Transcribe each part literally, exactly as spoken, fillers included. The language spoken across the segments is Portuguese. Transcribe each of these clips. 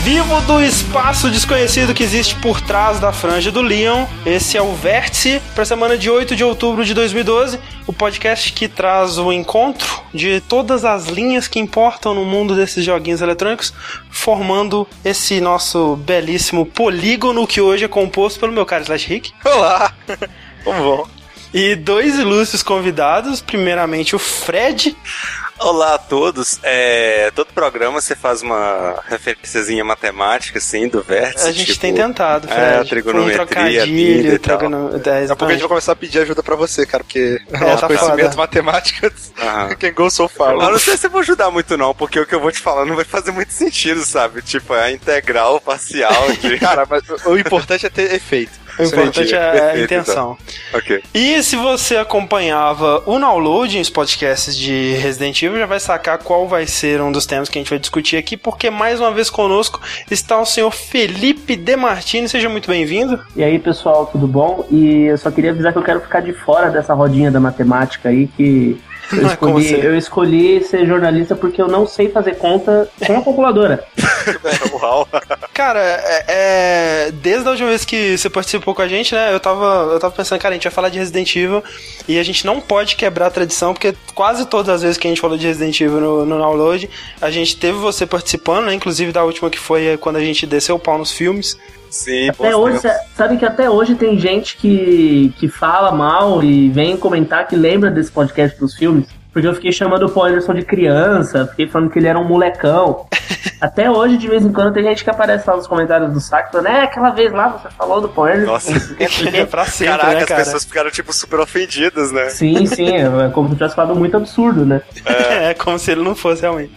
vivo do espaço desconhecido que existe por trás da franja do Leon. Esse é o Vértice para a semana de oito de outubro de dois mil e doze, o podcast que traz o encontro de todas as linhas que importam no mundo desses joguinhos eletrônicos, formando esse nosso belíssimo polígono que hoje é composto pelo meu caro Slash Rick. Olá, como vão? E dois ilustres convidados, primeiramente o Fred. Olá a todos. É, todo programa você faz uma referenciazinha matemática, assim, do vértice. A gente tipo, tem tentado, Fred. É, trigonometria, um trocadilho, e tal. trigono... Daqui a pouco a gente vai começar a pedir ajuda pra você, cara, porque é, os tá conhecimentos foda. matemáticos Aham. can go so far. Eu não sei se eu vou ajudar muito não, porque o que eu vou te falar não vai fazer muito sentido, sabe? Tipo, é a integral parcial de... Cara, mas o importante é ter efeito. O importante é a Perfeito, intenção. Ok. E se você acompanhava o Downloading, os podcasts de Resident Evil, já vai sacar qual vai ser um dos temas que a gente vai discutir aqui, porque mais uma vez conosco está o senhor Felipe De Martini. Seja muito bem-vindo. E aí, pessoal, tudo bom? E eu só queria avisar que eu quero ficar de fora dessa rodinha da matemática aí, que eu escolhi, eu escolhi ser jornalista porque eu não sei fazer conta com a calculadora. Uau. Cara, é, é, desde a última vez que você participou com a gente, né, eu tava, eu tava pensando, cara, a gente vai falar de Resident Evil e a gente não pode quebrar a tradição, porque quase todas as vezes que a gente falou de Resident Evil no, no Download, a gente teve você participando, né, inclusive da última que foi quando a gente desceu o pau nos filmes. Sim, até hoje, sabe que até hoje tem gente que, que fala mal e vem comentar que lembra desse podcast dos filmes, porque eu fiquei chamando o Paul Anderson de criança, fiquei falando que ele era um molecão. Até hoje, de vez em quando, tem gente que aparece lá nos comentários do saco falando, é, aquela vez lá você falou do Paul Anderson. Nossa, é pra sempre, caraca, né, as cara? pessoas ficaram, tipo, super ofendidas, né? Sim, sim, é como se eu tivesse falado muito absurdo, né? É. é, como se ele não fosse realmente.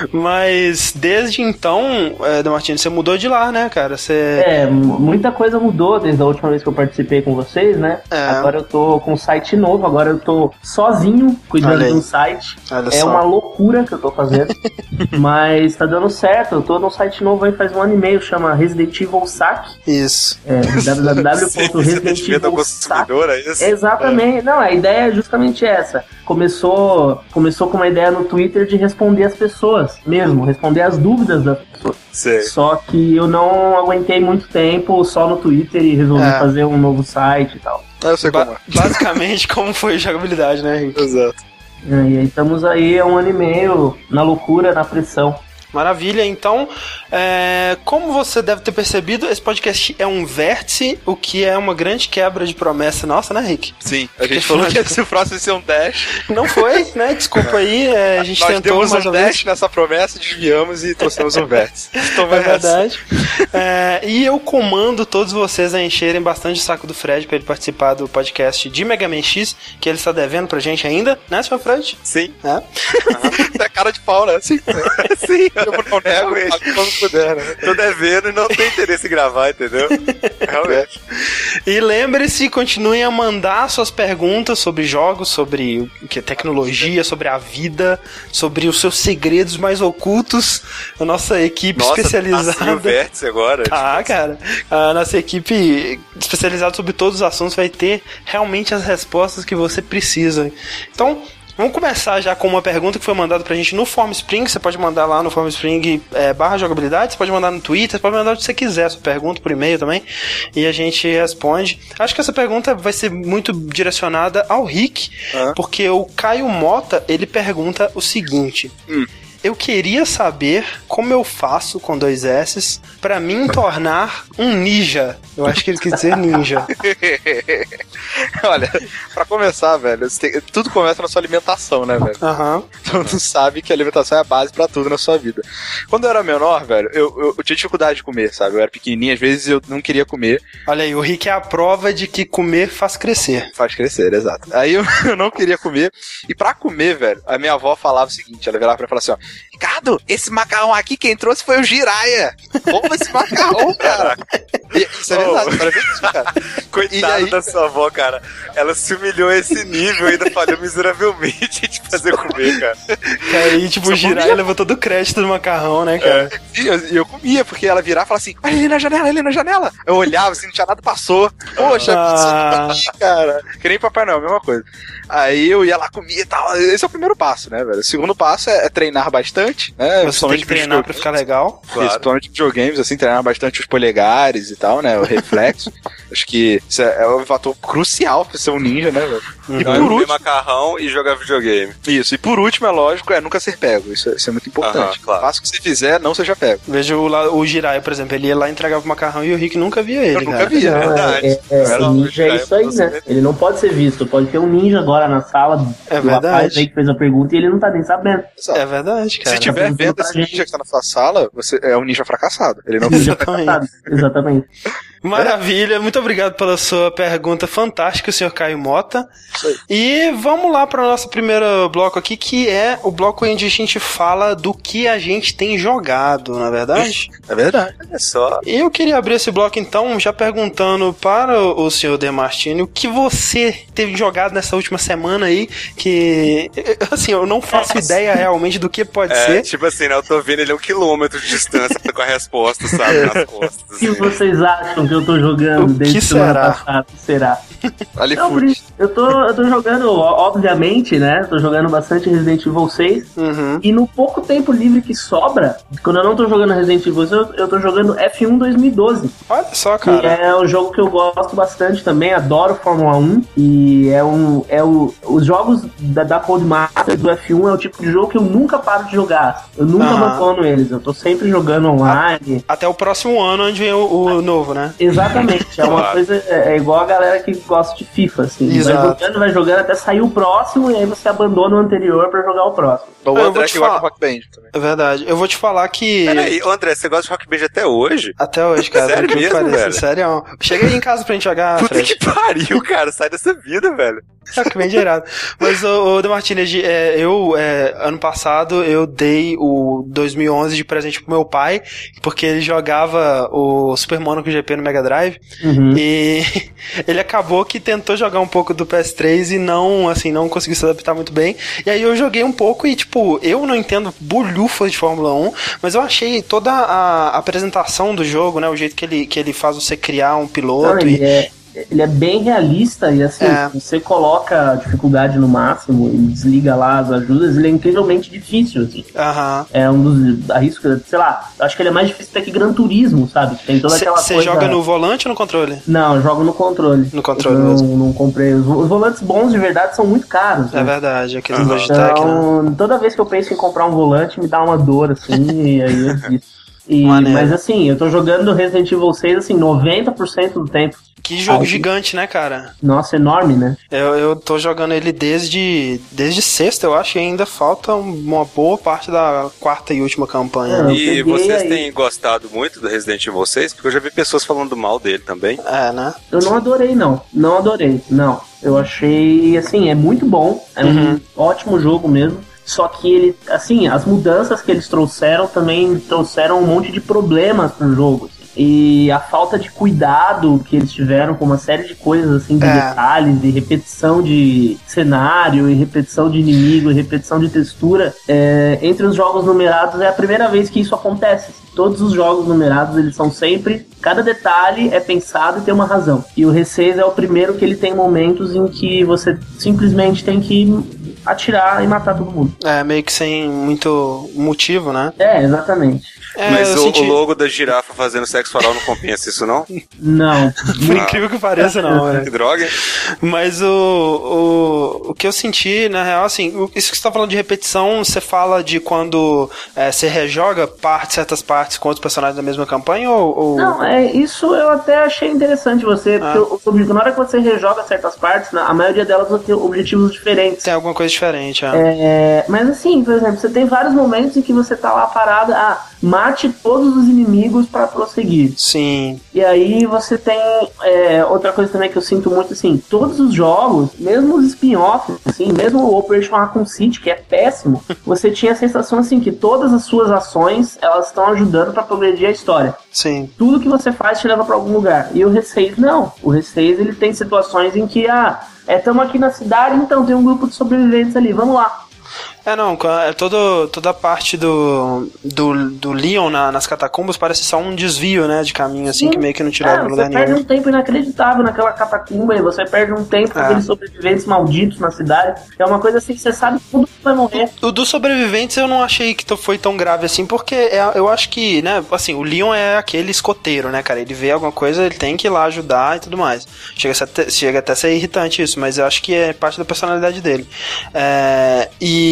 Mas, desde então, é, Martins, você mudou de lá, né, cara? Você... É, muita coisa mudou desde a última vez que eu participei com vocês, né? É. Agora eu tô com um site novo, agora eu tô sozinho, cuidando de um site. Olha é só. uma loucura que eu tô fazendo, mas tá dando certo. Eu tô num site novo aí faz um ano e meio, chama Resident Evil Saque. Isso. É, w w w ponto resident evil saque. É isso? Exatamente. É. Não, a ideia é justamente essa. Começou, começou com uma ideia no Twitter de responder as pessoas mesmo, responder as dúvidas das pessoas. Sei. Só que eu não aguentei muito tempo só no Twitter e resolvi É. fazer um novo site e tal. Eu sei como Ba- é. basicamente, como foi a jogabilidade, né, Henrique? Exato. E aí estamos aí há um ano e meio na loucura, na pressão. Maravilha, então, é, como você deve ter percebido, esse podcast é um vértice, o que é uma grande quebra de promessa nossa, né, Rick? Sim, a gente falou que esse próximo ia ser um dash. Não foi, né? Desculpa aí, é, a gente Nós tentou demos mais um ou menos. dash nessa promessa, desviamos e trouxemos um vértice. É verdade. É, e eu comando todos vocês a encherem bastante o saco do Fred pra ele participar do podcast de Mega Man X, que ele está devendo pra gente ainda, né, senhor Fred? Sim. É. É cara de pau, né? Sim. Sim. Eu não nego, Realmente. faço quando puder, né? Tô devendo e não tenho interesse em gravar, entendeu? Realmente. E lembre-se, continuem a mandar suas perguntas sobre jogos, sobre o que é tecnologia, sobre a vida, sobre os seus segredos mais ocultos. A nossa equipe Nossa, especializada. assim o vértice agora. Ah, cara. A nossa equipe especializada sobre todos os assuntos vai ter realmente as respostas que você precisa. Então, vamos começar já com uma pergunta que foi mandada pra gente no Formspring. Você pode mandar lá no Formspring é, barra jogabilidade, você pode mandar no Twitter, você pode mandar onde você quiser, sua pergunta por e-mail também, e a gente responde. Acho que essa pergunta vai ser muito direcionada ao Rick, Ah. porque o Caio Mota, ele pergunta o seguinte... Hum. Eu queria saber como eu faço, com dois S's, pra me tornar um ninja. Eu acho que ele quis dizer ninja. Olha, pra começar, velho, você tem- tudo começa na sua alimentação, né, velho? Aham. Todo mundo sabe que a alimentação é a base pra tudo na sua vida. Quando eu era menor, velho, eu, eu, eu tinha dificuldade de comer, sabe? Eu era pequenininho, às vezes eu não queria comer. Olha aí, o Rick é a prova de que comer faz crescer. Faz crescer, exato. Aí eu, eu não queria comer. E pra comer, velho, a minha avó falava o seguinte, ela virava pra mim e falava assim, ó, Ricardo, esse macarrão aqui quem trouxe foi o Jiraya. Como esse macarrão, cara? E, isso é verdade, Oh. para ver isso, cara. Coitado E aí- da sua avó, cara. Ela se humilhou a esse nível e ainda falhou miseravelmente de fazer comer, cara. Que aí, tipo, o Jiraiya levou todo o crédito do macarrão, né, cara? E eu, e eu comia, porque ela virava e falava assim, olha ali na janela, ali na janela. Eu olhava assim, não tinha nada, passou. Poxa, Ah. isso, cara. Que nem Papai Noel, mesma coisa. Aí eu ia lá, comia e tal. Esse é o primeiro passo, né, velho? O segundo passo é, é treinar bastante, né? Você tem que treinar pra ficar legal. Claro. Principalmente videogames, assim, treinar bastante os polegares e tal, né? O reflexo. Acho que isso é, é um fator crucial pra ser um ninja, né, velho? Uhum. E por último, macarrão e jogar videogame. Isso, e por último, é lógico, é nunca ser pego. Isso é, isso é muito importante. Uhum, claro. Faça o que você fizer, não seja pego. Veja o, lá, o Jiraiya, por exemplo, ele ia lá, entregava o macarrão e o Rick nunca via ele. Eu nunca cara. vi, Não, é verdade. É, é, é, o ninja é isso aí, né? Ele não pode ser visto. Pode ter um ninja agora na sala. É do rapaz verdade. aí que fez a pergunta e ele não tá nem sabendo. Exato. É verdade, cara. Se tiver vendo esse ninja que tá na sua sala, você é um ninja fracassado. Ele não Exatamente. Exatamente. Maravilha, muito obrigado pela sua pergunta fantástica, senhor Caio Mota. E vamos lá para o nosso primeiro bloco aqui, que é o bloco onde a gente fala do que a gente tem jogado, não é verdade? É verdade. É só. Eu queria abrir esse bloco então, já perguntando para o senhor Demartini o que você teve jogado nessa última semana aí, que, assim, eu não faço ideia realmente do que pode É, ser. tipo assim, né? Eu tô vendo ele a um quilômetro de distância com a resposta, sabe? Nas costas. O que assim. vocês acham que eu tô jogando O desde que semana será? passada? O que será? Ali Não, fute. eu tô, eu tô jogando, obviamente, né? Tô jogando bastante Resident Evil seis. Uhum. E no pouco tempo livre que sobra, quando eu não tô jogando Resident Evil seis, eu, eu tô jogando F um dois mil e doze. Olha só, Que cara. é um jogo que eu gosto bastante também, adoro Fórmula um. E é um. É o, os jogos da, da Codemaster do F um é o tipo de jogo que eu nunca paro de jogar. Eu nunca Aham. abandono eles. Eu tô sempre jogando online. Até o próximo ano, onde vem o, o novo, né? Exatamente, é uma Claro. coisa, é, é igual a galera que gosta de FIFA, assim, Exato. vai jogando, vai jogando até sair o próximo e aí você abandona o anterior pra jogar o próximo. O Eu vou André te que gosta falar. de Rock Band também. É verdade. Eu vou te falar que... Peraí, ô André, você gosta de Rock Band até hoje? Até hoje, cara. Sério por que mesmo, pareça, velho? Sério. Chega aí em casa pra gente jogar, Puta Fred. que pariu, cara. Sai dessa vida, velho. É que bem gerado. Mas, ô, ô Demartini, é, eu, é, ano passado, eu dei o dois mil e onze de presente pro meu pai, porque ele jogava o Super Monaco G P no Mega Drive, Uhum. e ele acabou que tentou jogar um pouco do P S três e não, assim, não conseguiu se adaptar muito bem. E aí eu joguei um pouco e, tipo, eu não entendo bolhufas de Fórmula um, mas eu achei toda a apresentação do jogo, né, o jeito que ele, que ele faz você criar um piloto Não, e... ele, é, ele é bem realista e assim, É. você coloca a dificuldade no máximo e desliga lá as ajudas, ele é incrivelmente difícil, assim. Aham. É um dos arriscos, sei lá, eu acho que ele é mais difícil até que Gran Turismo, sabe? Que tem toda aquela Você coisa... joga no volante ou no controle? Não, eu jogo no controle. No controle eu mesmo. não, não comprei. Os, os volantes bons de verdade são muito caros. É né? verdade, aquele Aham. Logitech, né? Então, toda vez que eu penso em comprar um volante, me dá uma dor, assim, e aí eu desisto. E, Maneiro. mas assim, eu tô jogando Resident Evil seis, assim, noventa por cento do tempo. Que jogo Aí- gigante, né, cara? Nossa, enorme, né? Eu, eu tô jogando ele desde, desde sexta, eu acho, e ainda falta uma boa parte da quarta e última campanha. É. né? Eu E peguei vocês aí. têm gostado muito do Resident Evil seis? Porque eu já vi pessoas falando mal dele também. É, né? Eu não adorei, não. Não adorei, não. Eu achei, assim, é muito bom. É Uhum. um ótimo jogo mesmo. Só que ele, assim, as mudanças que eles trouxeram também trouxeram um monte de problemas pro jogo. assim. E a falta de cuidado que eles tiveram com uma série de coisas, assim, de É. detalhes, e repetição de cenário, e repetição de inimigo, e repetição de textura, é, entre os jogos numerados é a primeira vez que isso acontece. Todos os jogos numerados, eles são sempre... Cada detalhe é pensado e tem uma razão. E o R seis é o primeiro que ele tem momentos em que você simplesmente tem que atirar e matar todo mundo. É, meio que sem muito motivo, né? É, exatamente. É, Mas eu o, senti... o logo da girafa fazendo sexo oral não compensa isso, não? Não. Por incrível que pareça, não, Que né? droga. Mas o, o, o que eu senti, na real, assim, o- isso que você tá falando de repetição, você fala de quando é, você rejoga parte, certas partes com outros personagens da mesma campanha, ou... ou... Não, é, isso eu até achei interessante você, porque Ah. o- o objetivo- na hora que você rejoga certas partes, na- a maioria delas vão ter objetivos diferentes. Tem alguma coisa diferente, é. É, mas assim, por exemplo, você tem vários momentos em que você tá lá parado, ah, mate todos os inimigos pra prosseguir. Sim. E aí você tem é, outra coisa também que eu sinto muito, assim, todos os jogos, mesmo os spin-offs, assim, mesmo o Operation Raccoon City, que é péssimo, você tinha a sensação, assim, que todas as suas ações, elas estão ajudando pra progredir a história. Sim. Tudo que você faz te leva pra algum lugar. E o R seis não. O R seis, ele tem situações em que, ah, estamos aqui na cidade, então tem um grupo de sobreviventes ali, vamos lá. É, não, é todo, toda a parte do, do, do Leon na, nas catacumbas parece só um desvio, né, de caminho, assim, Sim. que meio que não te leva é, no lugar nenhum. Você perde um tempo inacreditável naquela catacumba e você perde um tempo com é. aqueles sobreviventes malditos na cidade. É uma coisa assim que você sabe que tudo vai morrer. O, o dos sobreviventes eu não achei que foi tão grave assim, porque é, eu acho que, né, assim, o Leon é aquele escoteiro, né, cara, ele vê alguma coisa, ele tem que ir lá ajudar e tudo mais. Chega, a, chega até a ser irritante isso, mas eu acho que é parte da personalidade dele. É,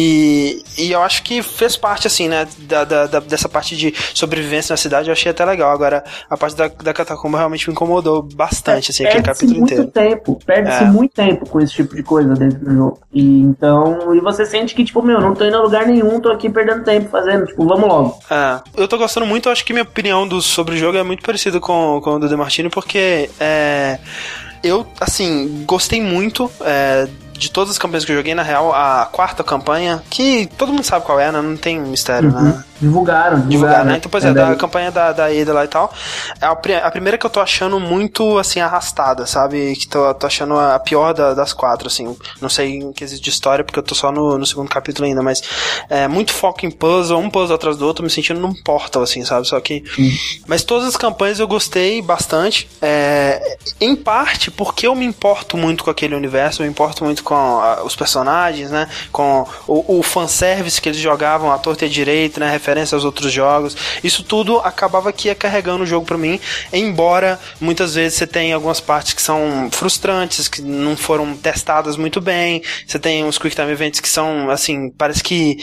e, e eu acho que fez parte, assim, né, da, da, da, dessa parte de sobrevivência na cidade, eu achei até legal. Agora, a parte da, da catacumba realmente me incomodou bastante, assim, aquele capítulo muito inteiro. Tempo, perde-se é. muito tempo com esse tipo de coisa dentro do jogo. E então, e você sente que, tipo, meu, não tô indo a lugar nenhum, tô aqui perdendo tempo fazendo, tipo, vamos logo. É, eu tô gostando muito, eu acho que minha opinião do, sobre o jogo é muito parecida com, com o do DeMartini, porque é, eu, assim, gostei muito é, de todas as campanhas que eu joguei. Na real, a quarta campanha, que todo mundo sabe qual é, né? Não tem mistério, uhum. né? Divulgaram, divulgaram. Divulgaram, né? Então, pois é, é da daí. campanha da, da Ada lá e tal. É a, a primeira que eu tô achando muito, assim, arrastada, sabe? Que tô, tô achando a pior da, das quatro, assim. Não sei em quesito de história, porque eu tô só no, no segundo capítulo ainda, mas é muito foco em puzzle, um puzzle atrás do outro, me sentindo num Portal, assim, sabe? Só que... Hum. Mas todas as campanhas eu gostei bastante. É, em parte porque eu me importo muito com aquele universo, eu me importo muito com a, os personagens, né? Com o, o fanservice que eles jogavam à torta e à direita, né? Referência aos outros jogos, isso tudo acabava que ia carregando o jogo pra mim, embora muitas vezes você tenha algumas partes que são frustrantes, que não foram testadas muito bem, você tem uns Quick Time Events que são, assim, parece que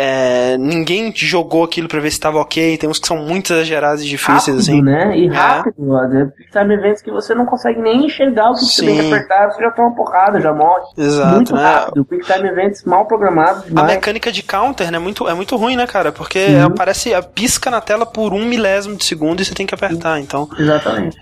é, ninguém jogou aquilo pra ver se estava ok, tem uns que são muito exagerados e difíceis, rápido, assim. né? E rápido, é. Quick Time Events que você não consegue nem enxergar o que Sim. você tem que apertar, você já toma uma porrada, já morre. Exato, muito né? rápido, Quick Time Events mal programados demais. A mecânica de counter, né, muito, é muito ruim, né, cara, porque aparece, pisca na tela por um milésimo de segundo e você tem que apertar, então... Exatamente.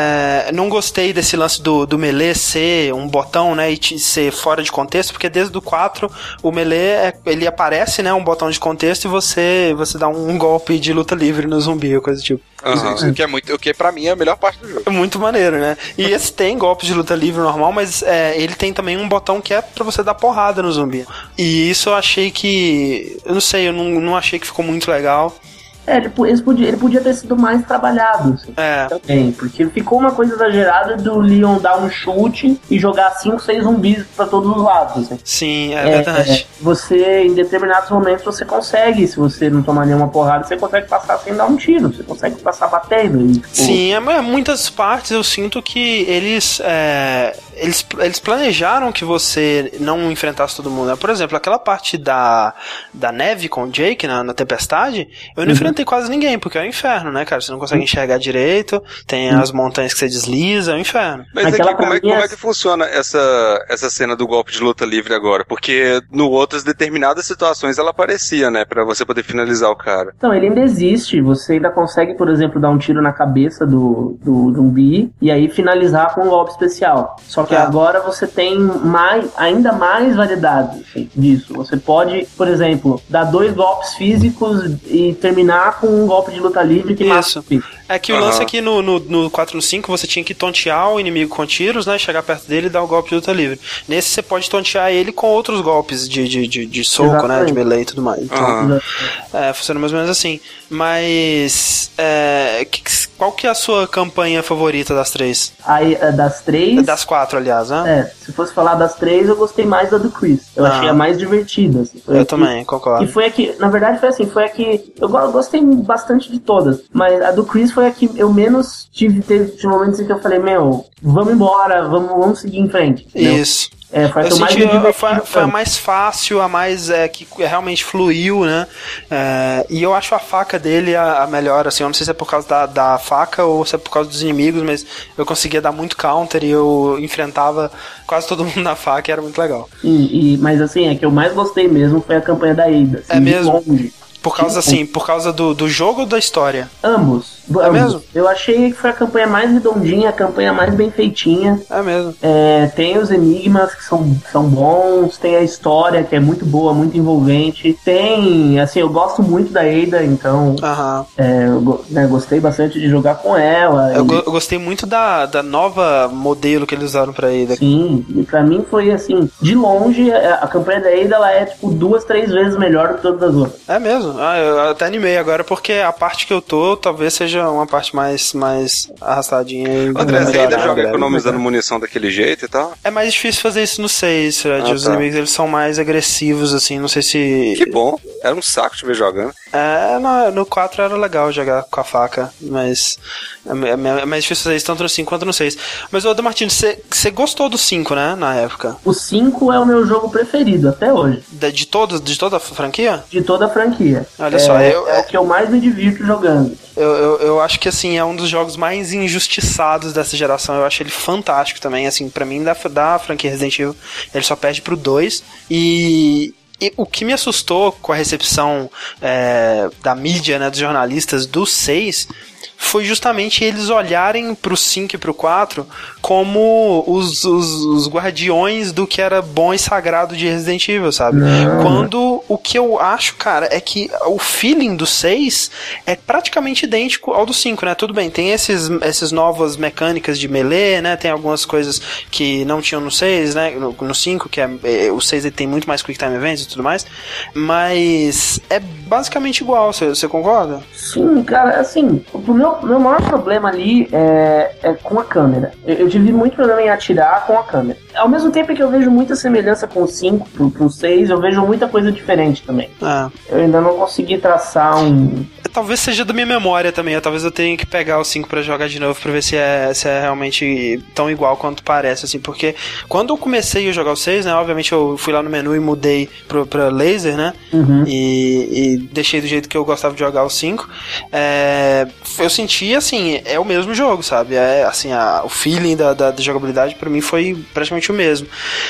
É, não gostei desse lance do, do melee ser um botão, né, e te, ser fora de contexto, porque desde o quatro, o melee, é, ele aparece, né, um botão de contexto e você, você dá um, um golpe de luta livre no zumbi, ou coisa do tipo. Uhum. Isso, o que é muito, o que pra mim é a melhor parte do jogo. É muito maneiro, né? E esse tem golpes de luta livre normal, mas é, ele tem também um botão que é pra você dar porrada no zumbi. E isso eu achei que... Eu não sei, eu não, não achei que ficou muito legal. É, ele, ele, podia, ele podia ter sido mais trabalhado, assim, é. também, porque ficou uma coisa exagerada do Leon dar um chute e jogar cinco, seis zumbis pra todos os lados, assim. Sim, é, é verdade. É, você, em determinados momentos, você consegue, se você não tomar nenhuma porrada, você consegue passar sem dar um tiro, você consegue passar batendo. E, tipo... Sim, é, muitas partes eu sinto que eles, é, eles, eles planejaram que você não enfrentasse todo mundo, né? Por exemplo, aquela parte da, da neve com o Jake na, na tempestade, eu não uhum. enfrentei quase ninguém, porque é o inferno, né, cara? Você não consegue enxergar direito, tem as montanhas que você desliza, é o inferno. Mas aqui, como é, como é que funciona essa, essa cena do golpe de luta livre agora? Porque no outras determinadas situações ela aparecia, né, pra você poder finalizar o cara. Então, ele ainda existe, você ainda consegue, por exemplo, dar um tiro na cabeça do, do zumbi e aí finalizar com um golpe especial. Só que é. agora você tem mais, ainda mais variedade disso. Você pode, por exemplo, dar dois golpes físicos e terminar com um golpe de luta livre que Isso. mata. É que o uhum. lance aqui no, no, no quatro no cinco você tinha que tontear o inimigo com tiros, né? Chegar perto dele e dar o golpe de luta livre. Nesse você pode tontear ele com outros golpes de, de, de, de soco, Exatamente. né? De melee e tudo mais. Então, uhum. é, funciona mais ou menos assim. Mas é, que, qual que é a sua campanha favorita das três? Aí, das três? Das quatro, aliás, né? É, se fosse falar das três, eu gostei mais da do Chris. Eu ah. achei a mais divertida. Assim. Eu também, concordo. E foi a que, na verdade, foi assim, foi a que eu gostei bastante de todas, mas a do Chris foi a que eu menos tive, teve de momentos em que eu falei, meu, vamos embora, vamos, vamos seguir em frente. Entendeu? Isso. É, foi, eu mais senti, foi, foi a mais fácil, a mais é, que realmente fluiu, né? É, e eu acho a faca dele a, a melhor, assim. Eu não sei se é por causa da, da faca ou se é por causa dos inimigos, mas eu conseguia dar muito counter e eu enfrentava quase todo mundo na faca e era muito legal. E, e, mas assim, a que eu mais gostei mesmo foi a campanha da Ada. Assim, é mesmo? Longe. Por causa, assim, por causa do, do jogo ou da história? Ambos. É ambos. mesmo? Eu achei que foi a campanha mais redondinha, a campanha mais bem feitinha. É mesmo. É, tem os enigmas que são, são bons, tem a história que é muito boa, muito envolvente. Tem, assim, eu gosto muito da Ada, então Aham. é, eu né, gostei bastante de jogar com ela. Eu, e, go- eu gostei muito da, da nova modelo que eles usaram pra Ada. Sim, e pra mim foi assim, de longe, a, a campanha da Ada ela é tipo duas, três vezes melhor do que todas as outras. É mesmo? Ah, eu até animei agora, porque a parte que eu tô talvez seja uma parte mais, mais arrastadinha. E André, você ainda melhorada, joga né? economizando munição daquele jeito e tal? É mais difícil fazer isso no seis, Fred. Ah, Os tá. inimigos eles são mais agressivos, assim, não sei se... Que bom. Era um saco te ver jogando. É, no, no quatro era legal jogar com a faca, mas é, é, é mais difícil fazer isso tanto no cinco quanto no seis. Mas, ô, Damartino, você gostou do cinco, né, na época? O cinco é o meu jogo preferido até hoje, De, de, todo, de toda a franquia? de toda a franquia. Olha é, só, eu- é o que eu mais me divirto jogando. Eu, eu, eu acho que, assim, é um dos jogos mais injustiçados dessa geração. Eu acho ele fantástico também, assim, pra mim, da, da franquia Resident Evil, ele só perde pro dois. E... E o que me assustou com a recepção é, da mídia, né, dos jornalistas do seis foi justamente eles olharem pro cinco e pro quatro como os, os, os guardiões do que era bom e sagrado de Resident Evil, sabe? Não. Quando o que eu acho, cara, é que o feeling do seis é praticamente idêntico ao do cinco, né? Tudo bem, tem esses, essas novas mecânicas de melee, né? Tem algumas coisas que não tinham no seis, né? No, no cinco, que é, é, o seis ele tem muito mais Quick Time Events e tudo mais, mas é basicamente igual, você, você concorda? Sim, cara, assim, o meu, meu maior problema ali é, é com a câmera. Eu, eu tive muito problema em atirar com a câmera. Ao mesmo tempo que eu vejo muita semelhança com o cinco pro, pro seis, eu vejo muita coisa diferente também. É. Eu ainda não consegui traçar um... Talvez seja da minha memória também. Eu, talvez eu tenha que pegar o cinco pra jogar de novo pra ver se é, se é realmente tão igual quanto parece, assim. Porque quando eu comecei a jogar o seis, né? Obviamente eu fui lá no menu e mudei pro, pra laser, né? Uhum. E, e deixei do jeito que eu gostava de jogar o cinco. É, eu senti, assim, é o mesmo jogo, sabe? É, assim, a, o feeling da, da, da jogabilidade pra mim foi praticamente o mesmo.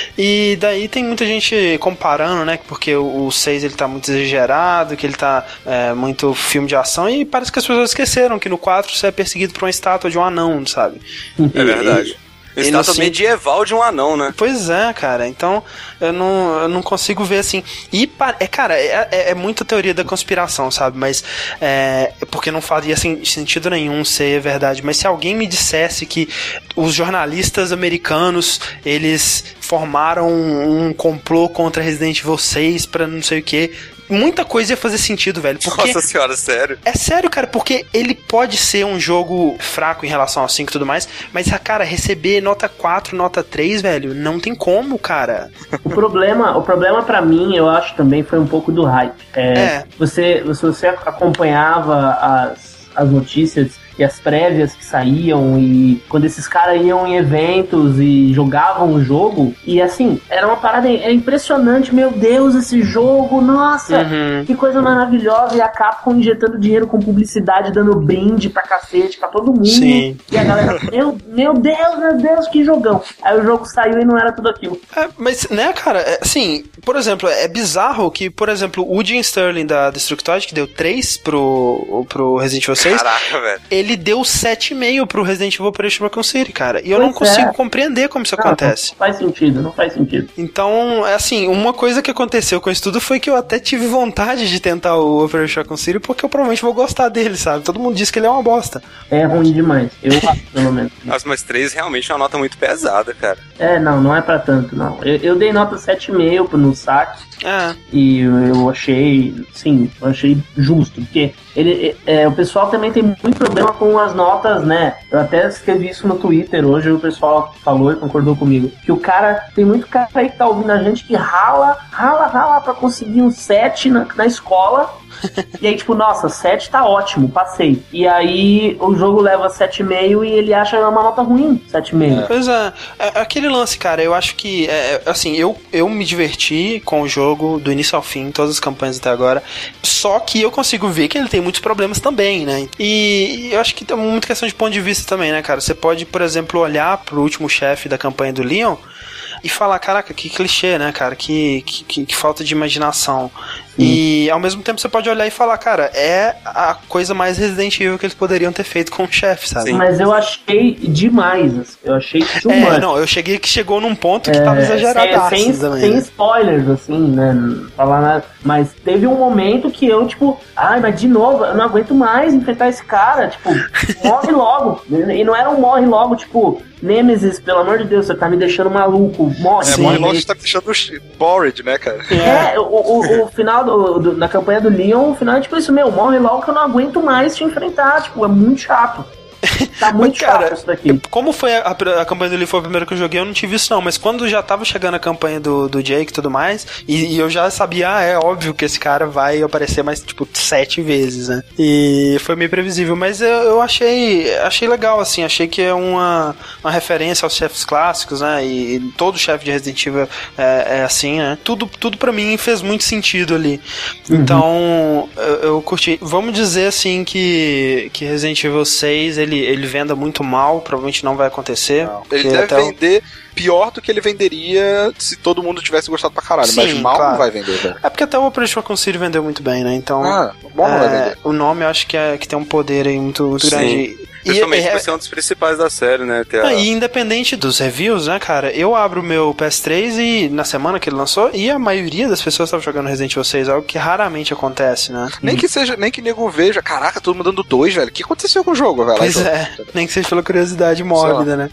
E daí tem muita gente comparando, né? Porque o, o seis ele tá muito exagerado, que ele tá é, muito filme de ação, e parece que as pessoas esqueceram que no quatro você é perseguido por uma estátua de um anão, sabe? É verdade. E- e Estátua no cinco- medieval de um anão, né? Pois é, cara. Então, eu não, eu não consigo ver assim. E, pa- é, cara, é, é, é muita teoria da conspiração, sabe? Mas, é, porque não faria sen- sentido nenhum ser verdade. Mas se alguém me dissesse que os jornalistas americanos, eles formaram um, um complô contra Resident Evil seis pra não sei o que, muita coisa ia fazer sentido, velho. Porque Nossa senhora, sério? é sério, cara, porque ele pode ser um jogo fraco em relação ao cinco e tudo mais, mas, cara, receber nota quatro, nota três, velho, não tem como, cara. O problema, o problema pra mim, eu acho também, foi um pouco do hype. É, É. Você, se você acompanhava as, as notícias e as prévias que saíam, e quando esses caras iam em eventos e jogavam o jogo, e assim, era uma parada, era impressionante, meu Deus, esse jogo, nossa, Uhum. que coisa maravilhosa, e a Capcom injetando dinheiro com publicidade, dando brinde pra cacete, pra todo mundo. Sim. E a galera, meu, meu Deus, meu Deus, que jogão. Aí o jogo saiu e não era tudo aquilo. É, mas, né, cara, é, assim, por exemplo, é bizarro que, por exemplo, o Jim Sterling da Destructoid, que deu três pro, pro Resident Evil seis, Caraca, velho. ele deu sete vírgula cinco pro Resident Evil Operation Raccoon City, cara. E eu Pois não consigo é. compreender como isso Não, acontece. Não faz sentido, não faz sentido. Então, é assim, uma coisa que aconteceu com isso tudo foi que eu até tive vontade de tentar o Operation Raccoon City, porque eu provavelmente vou gostar dele, sabe? Todo mundo diz que ele é uma bosta. É ruim demais. Eu acho, pelo menos. Nossa, mas três realmente é uma nota muito pesada, cara. É, não, não é pra tanto, não. Eu, eu dei nota sete vírgula cinco no saque É. e eu, eu achei, sim, eu achei justo, porque ele, é, o pessoal também tem muito problema com as notas, né? Eu até escrevi isso no Twitter hoje, o pessoal falou e concordou comigo, que o cara, tem muito cara aí que tá ouvindo a gente que rala, rala, rala pra conseguir um sete na, na escola. E aí, tipo, nossa, sete tá ótimo, passei. E aí o jogo leva sete vírgula cinco e ele acha uma nota ruim, sete vírgula cinco. Pois é, é, aquele lance, cara, eu acho que, é, é, assim, eu, eu me diverti com o jogo do início ao fim, todas as campanhas até agora, só que eu consigo ver que ele tem muitos problemas também, né? E eu acho que tem muita questão de ponto de vista também, né, cara? Você pode, por exemplo, olhar pro último chefe da campanha do Leon e falar, caraca, que clichê, né, cara? Que, que, que falta de imaginação. E ao mesmo tempo você pode olhar e falar, cara, é a coisa mais Resident Evil que eles poderiam ter feito com o chefe, sabe? Sim. Mas eu achei demais, assim. Eu achei too É, much. não, eu cheguei que chegou num ponto que É, tava exageradaço sem, também. sem né? spoilers, assim, né? Não falar nada. Mas teve um momento que eu, tipo, ai, mas de novo, eu não aguento mais enfrentar esse cara. Tipo, morre logo. E não era um morre logo, tipo, Nemesis, pelo amor de Deus, você tá me deixando maluco. Morre. É, Sim. morre logo, você tá me deixando bored, né, cara? É, o, o, o final do, do, na campanha do Leon, o final é tipo isso, meu, morre logo que eu não aguento mais te enfrentar. Tipo, é muito chato. Tá muito Mas, cara, chato isso daqui. Como foi a, a, a campanha do Lee foi a primeira que eu joguei, eu não tive isso não, mas quando já tava chegando a campanha do, do Jake e tudo mais, e, e eu já sabia, ah, é óbvio que esse cara vai aparecer mais, tipo, sete vezes, né? E foi meio previsível, mas eu, eu achei achei legal, assim, achei que é uma, uma referência aos chefes clássicos, né? E, e todo chefe de Resident Evil é, é assim, né? Tudo, tudo pra mim fez muito sentido ali. Uhum. Então, eu, eu curti. Vamos dizer, assim, que, que Resident Evil seis, ele Ele, ele venda muito mal, provavelmente não vai acontecer. Não. Ele deve vender o... pior do que ele venderia se todo mundo tivesse gostado pra caralho. Sim, mas mal claro. Não vai vender, velho. É porque até o Operation Raccoon City vendeu muito bem, né? Então. Ah, bom é, não vai vender. O nome eu acho que, é, que tem um poder aí muito, muito grande. Principalmente e, por ser um dos principais da série, né? Ter a... E independente dos reviews, né, cara? Eu abro o meu P S três e na semana que ele lançou, e a maioria das pessoas estava jogando Resident Evil seis, algo que raramente acontece, né? Nem que seja, nem que nego veja, caraca, todo mundo dando dois, velho. O que aconteceu com o jogo, velho? Pois é, nem que seja pela curiosidade mórbida, né?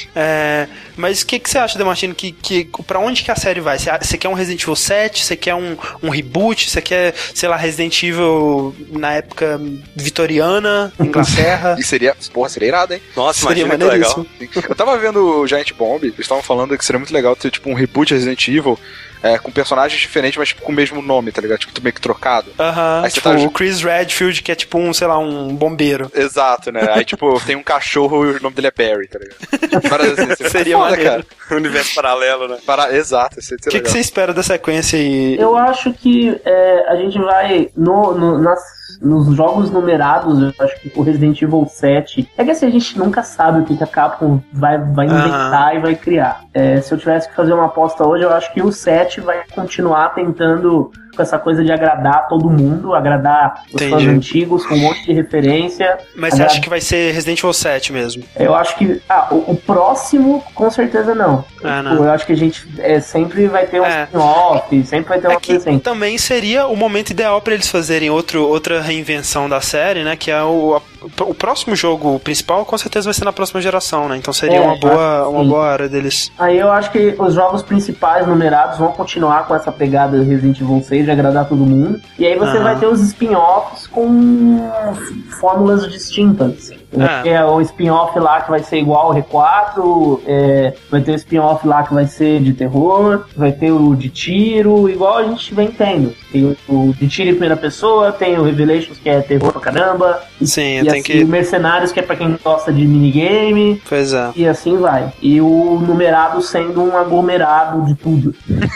É, mas o que, que você acha, Demartino, que, que pra onde que a série vai? Você, você quer um Resident Evil sete? Você quer um, um reboot? Você quer, sei lá, Resident Evil na época vitoriana, Inglaterra? E seria, porra, seria irado, hein? Nossa, seria imagina que legal. Eu tava vendo o Giant Bomb, eles estavam falando que seria muito legal ter, tipo, um reboot de Resident Evil é, com personagens diferentes, mas tipo, com o mesmo nome, tá ligado? Tipo, meio que trocado. Aham, uh-huh, tipo, tá... o Chris Redfield, que é tipo um, sei lá, um bombeiro. Exato, né? Aí, tipo, tem um cachorro e o nome dele é Barry, tá ligado? Para, assim, seria foda, cara. Universo paralelo, né? Para... Exato, isso O que, que você espera da sequência aí? Eu acho que é, a gente vai, no, no, nas, nos jogos numerados, eu acho que o Resident Evil sete, é que assim, a gente nunca sabe o que a Capcom vai, vai inventar uh-huh. e vai criar. É, se eu tivesse que fazer uma aposta hoje, eu acho que o sete vai continuar tentando com essa coisa de agradar todo mundo, agradar os Entendi. Fãs antigos, com um monte de referência. Mas agrad... você acha que vai ser Resident Evil sete mesmo? Eu acho que... Ah, o, o próximo, com certeza não. Ah, não. Eu acho que a gente é, sempre vai ter um é. spin-off, sempre vai ter uma é coisa assim. Também seria o momento ideal pra eles fazerem outro, outra reinvenção da série, né? Que é o, a, o próximo jogo principal, com certeza vai ser na próxima geração, né? Então seria é, uma, boa, uma boa área deles. Aí eu acho que os jogos principais numerados vão continuar com essa pegada de Resident Evil seis, de agradar todo mundo. E aí você uhum. vai ter os spin-offs com fórmulas distintas. É. é o spin-off lá que vai ser igual ao R quatro, é, vai ter o spin-off lá que vai ser de terror, vai ter o de tiro, igual a gente vem tendo. Tem o, o de tiro em primeira pessoa, tem o Revelations que é terror pra caramba. Sim, e tem assim, que... o Mercenários que é pra quem gosta de minigame. Pois é. E assim vai. E o numerado sendo um aglomerado de tudo.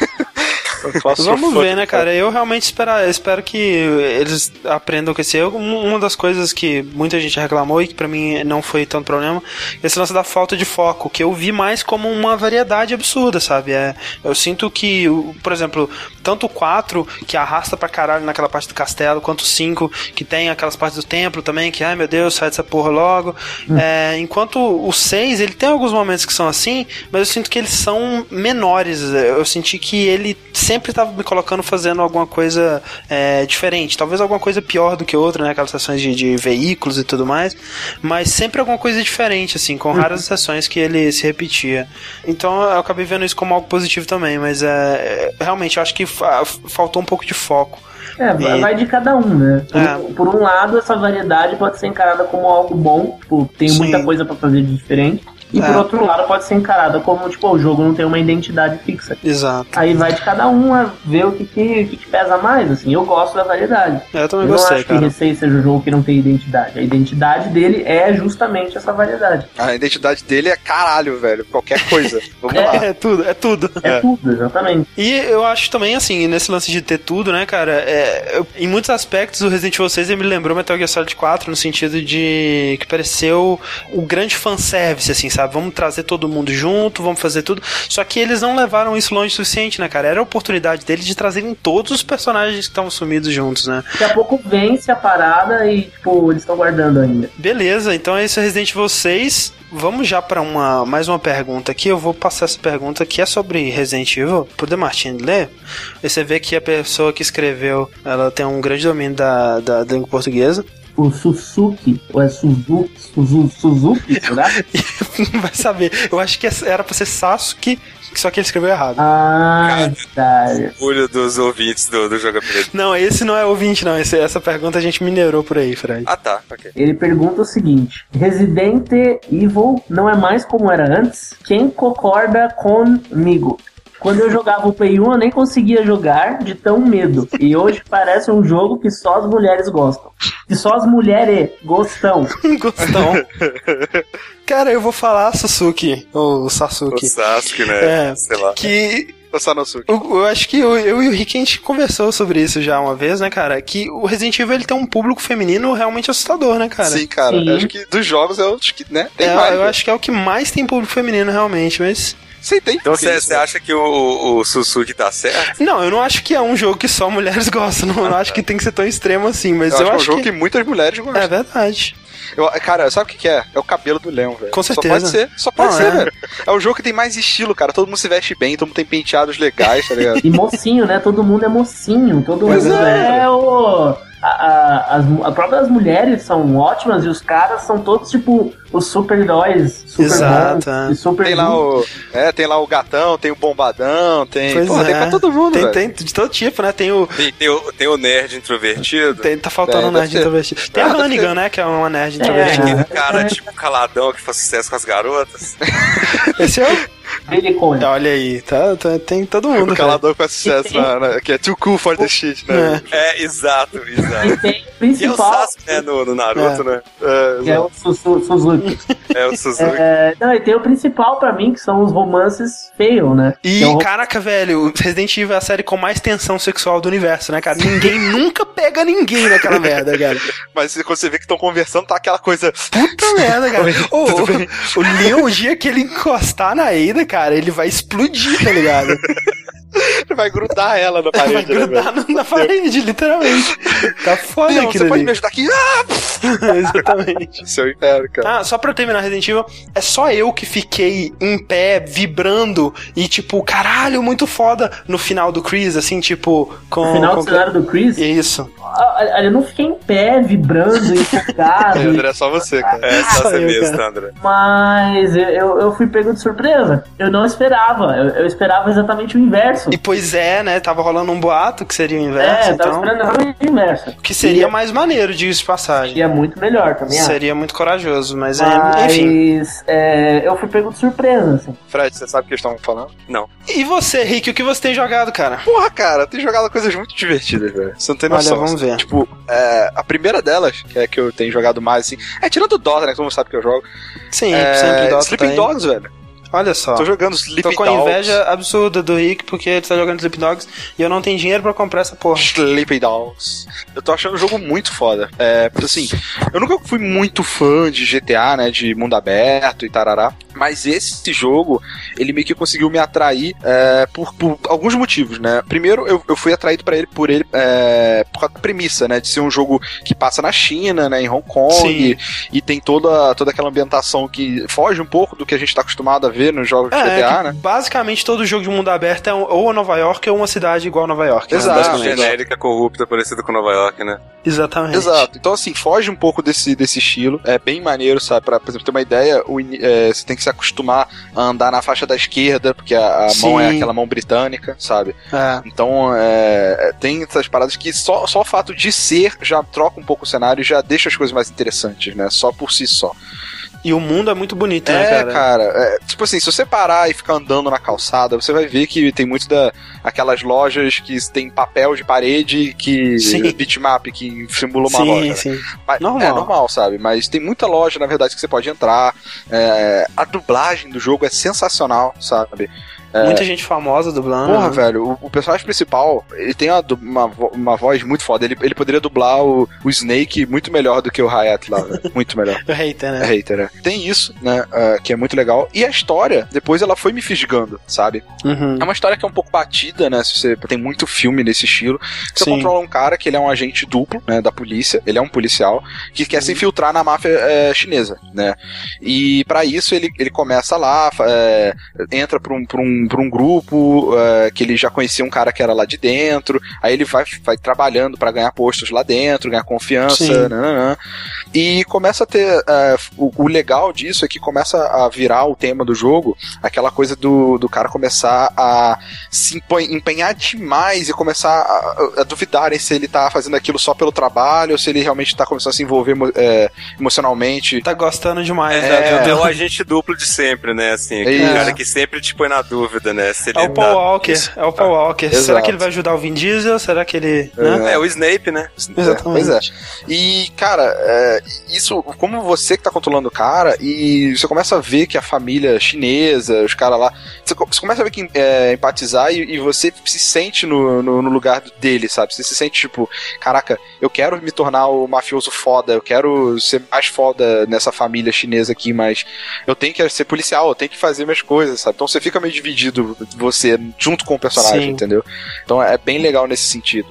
Vamos ver, né, cara? Eu realmente espero, espero que eles aprendam com esse erro. Uma das coisas que muita gente reclamou e que pra mim não foi tanto problema, esse lance da falta de foco, que eu vi mais como uma variedade absurda, sabe? É, eu sinto que, por exemplo, tanto o quatro, que arrasta pra caralho naquela parte do castelo, quanto o cinco, que tem aquelas partes do templo também, que, ai meu Deus, sai dessa porra logo. Hum. É, enquanto o seis, ele tem alguns momentos que são assim, mas eu sinto que eles são menores. Eu senti que ele sempre estava me colocando fazendo alguma coisa é, diferente, talvez alguma coisa pior do que outra, né, aquelas sessões de, de veículos e tudo mais, mas sempre alguma coisa diferente, assim, com raras uhum. sessões que ele se repetia. Então eu acabei vendo isso como algo positivo também, mas é, realmente eu acho que fa- faltou um pouco de foco. É, e... vai de cada um, né? Por, é. por um lado, essa variedade pode ser encarada como algo bom, tipo, tem Sim. muita coisa pra fazer de diferente. E é. por outro lado pode ser encarada como, tipo, o jogo não tem uma identidade fixa. Exato. Aí vai de cada um a ver o que, que, que, que pesa mais, assim. Eu gosto da variedade. Eu também eu gostei, não acho cara. que Receio seja um jogo que não tem identidade. A identidade dele é justamente essa variedade. A identidade dele é caralho, velho. Qualquer coisa. Vamos é, lá. É tudo, é tudo. É, é tudo, exatamente. E eu acho também, assim, nesse lance de ter tudo, né, cara, é, eu, em muitos aspectos o Resident Evil seis me lembrou Metal Gear Solid quatro, no sentido de que pareceu o grande fanservice, assim, sabe? sabe? Vamos trazer todo mundo junto, vamos fazer tudo. Só que eles não levaram isso longe o suficiente, né, cara? Era a oportunidade deles de trazerem todos os personagens que estavam sumidos juntos, né? Daqui a pouco vence a parada e, tipo, eles estão guardando ainda. Beleza, então é isso, Resident Evil seis. Vamos já para uma, mais uma pergunta aqui. Eu vou passar essa pergunta que é sobre Resident Evil. Poder Martins ler? E você vê que a pessoa que escreveu, ela tem um grande domínio da, da, da língua portuguesa. O Suzuki, ou é Suzuki, Suzuki, Suzuki, será? Vai saber. Eu acho que era pra ser Sasuke, só que ele escreveu errado. Ah, tá. Orgulho dos ouvintes do, do Jogabilidade. Não, esse não é ouvinte, não. Esse, essa pergunta a gente minerou por aí, Fred. Ah, tá. Ok. Ele pergunta o seguinte: Resident Evil não é mais como era antes? Quem concorda comigo? Quando eu jogava o Play um, eu nem conseguia jogar de tão medo. E hoje parece um jogo que só as mulheres gostam. Que só as mulheres gostam. Gostam. Cara, eu vou falar Sasuke, ou Sasuke. O Sasuke, né? É, sei lá. Que... O Sanosuke. Eu, eu acho que eu, eu e o Rick, a gente conversou sobre isso já uma vez, né, cara? Que o Resident Evil, ele tem um público feminino realmente assustador, né, cara? Sim, cara. Sim. Eu acho que dos jogos eu acho que, né, tem é, mais. Eu né? acho que é o que mais tem público feminino, realmente, mas... Sim, tem. Então você acha que o, o, o Suzuki tá certo? Não, eu não acho que é um jogo que só mulheres gostam. Não, eu não acho que tem que ser tão extremo assim, mas Eu, eu, acho, acho que é um jogo que... que muitas mulheres gostam. É verdade. Eu, cara, sabe o que, que é? É o cabelo do Leon, velho. Com certeza. Só pode ser. Só pode Não, ser, é. velho. É um jogo que tem mais estilo, cara. Todo mundo se veste bem, todo mundo tem penteados legais, tá ligado? E mocinho, né? Todo mundo é mocinho. Todo Pois mundo é. é, o... A, a, as, as próprias mulheres são ótimas e os caras são todos, tipo, os super-heróis. Super Exato, bons, é. e super Tem lá o. É, tem lá o gatão, tem o bombadão, tem. Pois Porra, é. tem pra todo mundo, Tem, velho. tem de todo tipo, né? Tem o... Tem, tem, o, tem o nerd introvertido. Tem, tá faltando É, um nerd deve ser. introvertido. Tem a Ah, deve Hannigan, ser. né? Que é uma nerd É. Tem introvertida. aquele cara, tipo, caladão que faz sucesso com as garotas. Esse é o... Billy Cole. Olha aí, tá, tá, tem todo mundo, O cara. calador com sucesso, na, na, que é too cool for the shit, né? É, exato, exato. E tem o E é o principal, Sasuke, né, no, no Naruto, né? É, que é o Su- Su- Suzuki. É o Suzuki. É, não, e tem o principal pra mim, que são os romances fail, né? E, Que é o- caraca, velho, Resident Evil é a série com mais tensão sexual do universo, né, cara? Ninguém nunca pega ninguém naquela merda, cara. Mas quando você vê que estão conversando, tá aquela coisa. Puta merda, cara. Ô, Tudo o, bem? o Leon, o dia que ele encostar na Ada, cara, ele vai explodir, tá ligado? Vai grudar ela na parede. Vai né, grudar velho? na, na parede, literalmente. Tá foda Leon, aquilo você pode ali. me ajudar aqui? Ah! Exatamente. Seu inferno, cara. Ah, só pra eu terminar Resident Evil, é só eu que fiquei em pé, vibrando, e tipo, caralho, muito foda no final do Chris, assim, tipo, com... No final com... do cenário do Chris, Isso. ah, eu não fiquei em pé, vibrando, É, empolgado, André, é só você, cara. É, só só você eu, mesmo, cara. André. mas eu, eu, eu fui pego de surpresa. Eu não esperava. Eu, eu esperava exatamente o inverso. E pois é, né, tava rolando um boato que seria o inverso, É, eu tava então... esperando exatamente o inverso. Que seria E- mais maneiro, diga-se de passagem. E é muito melhor também, acho. Seria muito corajoso, mas, é, Mas enfim. é, eu fui pego de surpresa, assim. Fred, você sabe o que eles estão falando? Não. E você, Rick, o que você tem jogado, cara? Porra, cara, tem jogado coisas muito divertidas, velho. Você não tem Olha, noção. vamos ver. Tipo, é, a primeira delas, que é que eu tenho jogado mais, assim. É tirando o Dota, né? Que todo mundo sabe que eu jogo. Sim, é, sempre Dota Sleeping tem. Dogs, velho. Olha só. Tô jogando Sleeping Tô com a Dogs. inveja absurda do Rick porque ele tá jogando Sleeping Dogs e eu não tenho dinheiro pra comprar essa porra. Sleeping Dogs. Eu tô achando o jogo muito foda. É, porque assim, eu nunca fui muito fã de G T A, né? De mundo aberto e tarará. Mas esse jogo, ele meio que conseguiu me atrair é, por, por alguns motivos, né? Primeiro, eu, eu fui atraído pra ele por ele é, por causa da premissa, né? De ser um jogo que passa na China, né? Em Hong Kong. Sim. E, e tem toda, toda aquela ambientação que foge um pouco do que a gente tá acostumado a ver nos jogos de É, G T A, que né? basicamente todo jogo de mundo aberto é um- ou Nova York ou uma cidade igual a Nova York. né? Exato. Basicamente. Genérica, corrupta, parecida com Nova York, né? Exatamente. Exato. Então, assim, foge um pouco desse, desse estilo. É bem maneiro, sabe? Pra, por exemplo, ter uma ideia, o ini- é, você tem que se acostumar a andar na faixa da esquerda, porque a, a mão é Sim. aquela mão britânica, sabe? É. Então, é, tem essas paradas que só, só o fato de ser já troca um pouco o cenário e já deixa as coisas mais interessantes, né? Só por si só. E o mundo é muito bonito, né, É, cara? cara, é, tipo assim, se você parar e ficar andando na calçada, você vai ver que tem muito da aquelas lojas que tem papel de parede que Sim. bitmap que simula uma sim, loja. sim. Mas- Normal. É normal, sabe? Mas tem muita loja, na verdade, que você pode entrar. É, a dublagem do jogo é sensacional, sabe? É... Muita gente famosa dublando. Porra, né? velho, o, o personagem principal, ele tem uma, uma, uma voz muito foda. Ele, ele poderia dublar o, o Snake muito melhor do que o Hayat lá, velho. Muito melhor. O hater, né? É hater, né? Tem isso, né? Uh, que é muito legal. E a história, depois ela foi me fisgando, sabe? Uhum. É uma história que é um pouco batida, né? Se você, tem muito filme nesse estilo. Você Sim. controla um cara que ele é um agente duplo, né? Da polícia. Ele é um policial que quer se infiltrar na máfia é, chinesa, né? E pra isso ele, ele começa lá, é, entra pra um, pra um, pra um grupo é, que ele já conhecia um cara que era lá de dentro. Aí ele vai, vai trabalhando pra ganhar postos lá dentro, ganhar confiança, nananã. E começa a ter uh, o, o legal disso é que começa a virar o tema do jogo, aquela coisa do, do cara começar a se empenhar demais e começar a, a duvidarem se ele tá fazendo aquilo só pelo trabalho ou se ele realmente tá começando a se envolver é, emocionalmente. Tá gostando demais. É, né? é o agente duplo de sempre, né? Assim, aquele É. cara que sempre te põe na dúvida, né? Se ele É o Paul tá- Walker. É o Paul Walker. Exato. Será que ele vai ajudar o Vin Diesel? Será que ele... né? É o Snape, né? Exatamente. Pois é. E, cara, é, isso, como você que tá controlando o cara, e você começa a ver que a família chinesa, os caras lá, você, você começa a ver que é, empatizar e, e você se sente no, no, no lugar dele, sabe? Você se sente tipo, caraca, eu quero me tornar o mafioso foda, eu quero ser mais foda nessa família chinesa aqui, mas eu tenho que ser policial, eu tenho que fazer minhas coisas, sabe? Então você fica meio dividido, você, junto com o personagem, Sim. entendeu? Então é bem legal nesse sentido.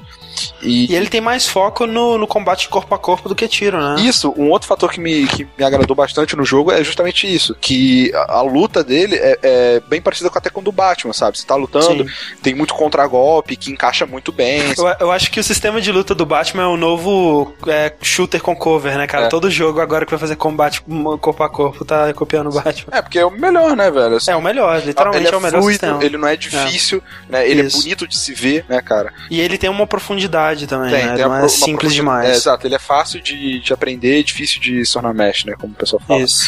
E, E ele tem mais foco no, no combate corpo a corpo do que tiro, né? Isso, um outro fator que me, que me agradou bastante no jogo é justamente isso, que a, a luta dele é, é bem parecida com até com a do Batman, sabe? Você tá lutando, Sim. tem muito contragolpe que encaixa muito bem. Eu, eu acho que o sistema de luta do Batman é o novo é, shooter com cover, né, cara? É. Todo jogo agora que vai fazer combate corpo a corpo tá copiando o Batman. É, porque é o melhor, né, velho? É o melhor, literalmente ele é o melhor fluido, sistema. ele não é difícil, né? Ele Isso. é bonito de se ver, né, cara? E ele tem uma profundidade também, né? tem Não uma- é uma simples profundidade- demais. É, exato, ele é fácil de, de aprender, difícil de se tornar mesh, né? Como o pessoal fala. Isso.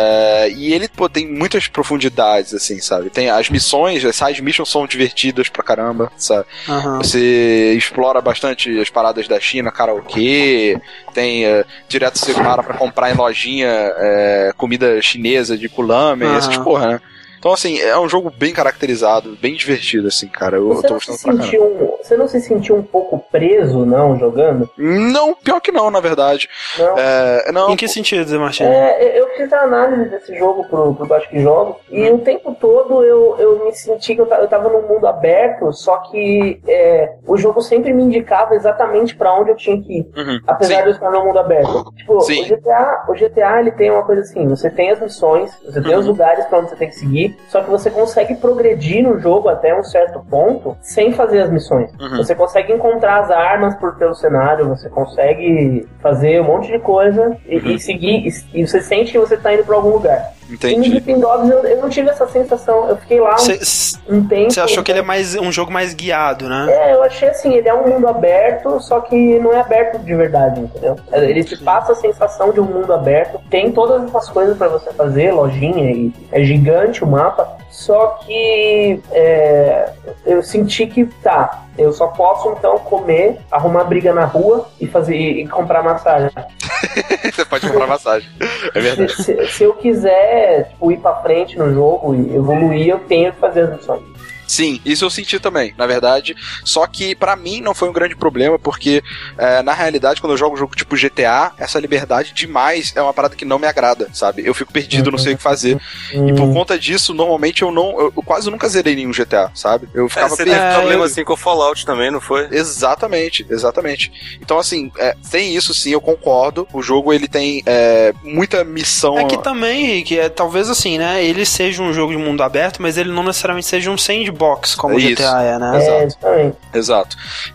É, e ele pô, tem muitas profundidades, assim, sabe? Tem as missões, as side missions são divertidas pra caramba, sabe? Aham. Você explora bastante as paradas da China, karaokê, tem é, direto você para pra comprar em lojinha é, comida chinesa de kulame, Aham. essas porra, né? Então, assim, é um jogo bem caracterizado, bem divertido, assim, cara. Eu Você tô não, se gostando pra caramba. sentiu, um- você não se sentiu um pouco preso, não, jogando? Não, pior que não, na verdade. Não. É, não, Em que sentido, Zé Martins? É, eu fiz a análise desse jogo pro, pro Baixo que Jogo e o tempo todo eu, eu me senti que eu, ta- eu tava num mundo aberto, só que é, o jogo sempre me indicava exatamente pra onde eu tinha que ir, Uhum. apesar Sim. de eu estar no mundo aberto. Tipo, Sim. o G T A, o G T A ele tem uma coisa assim, você tem as missões, você tem Uhum. os lugares pra onde você tem que seguir, só que você consegue progredir no jogo até um certo ponto sem fazer as missões. Uhum. Você consegue encontrar as armas por pelo cenário, você consegue fazer um monte de coisa e, Uhum. e seguir, e, e você sente que você tá indo pra algum lugar. E no Entendi. Sleeping Dogs eu, eu não tive essa sensação, eu fiquei lá um, Você um tempo... você achou que ele é mais um jogo mais guiado, né? É, eu achei assim, ele é um mundo aberto, só que não é aberto de verdade, entendeu? Ele te passa a sensação de um mundo aberto, tem todas essas coisas pra você fazer, lojinha, e é gigante o mapa, só que é, eu senti que, tá, eu só posso então comer, arrumar briga na rua e fazer e, e comprar massagem. Você pode comprar massagem. É verdade. Se, se, se eu quiser tipo, ir pra frente no jogo e evoluir, eu tenho que fazer as missões. Sim, isso eu senti também, na verdade. Só que pra mim não foi um grande problema, porque é, na realidade, quando eu jogo um jogo tipo G T A, essa liberdade demais é uma parada que não me agrada, sabe? Eu fico perdido, não sei o que fazer. E por conta disso, normalmente eu não. Eu, eu quase nunca zerei nenhum G T A, sabe? Eu É, ficava você teve perdido. problema assim com o Fallout também, não foi? Exatamente, exatamente. Então, assim, é, tem isso sim, eu concordo. O jogo ele tem é, muita missão. É que também, que é talvez assim, né? Ele seja um jogo de mundo aberto, mas ele não necessariamente seja um sandbox, como o G T A é, né? É, também. Exato.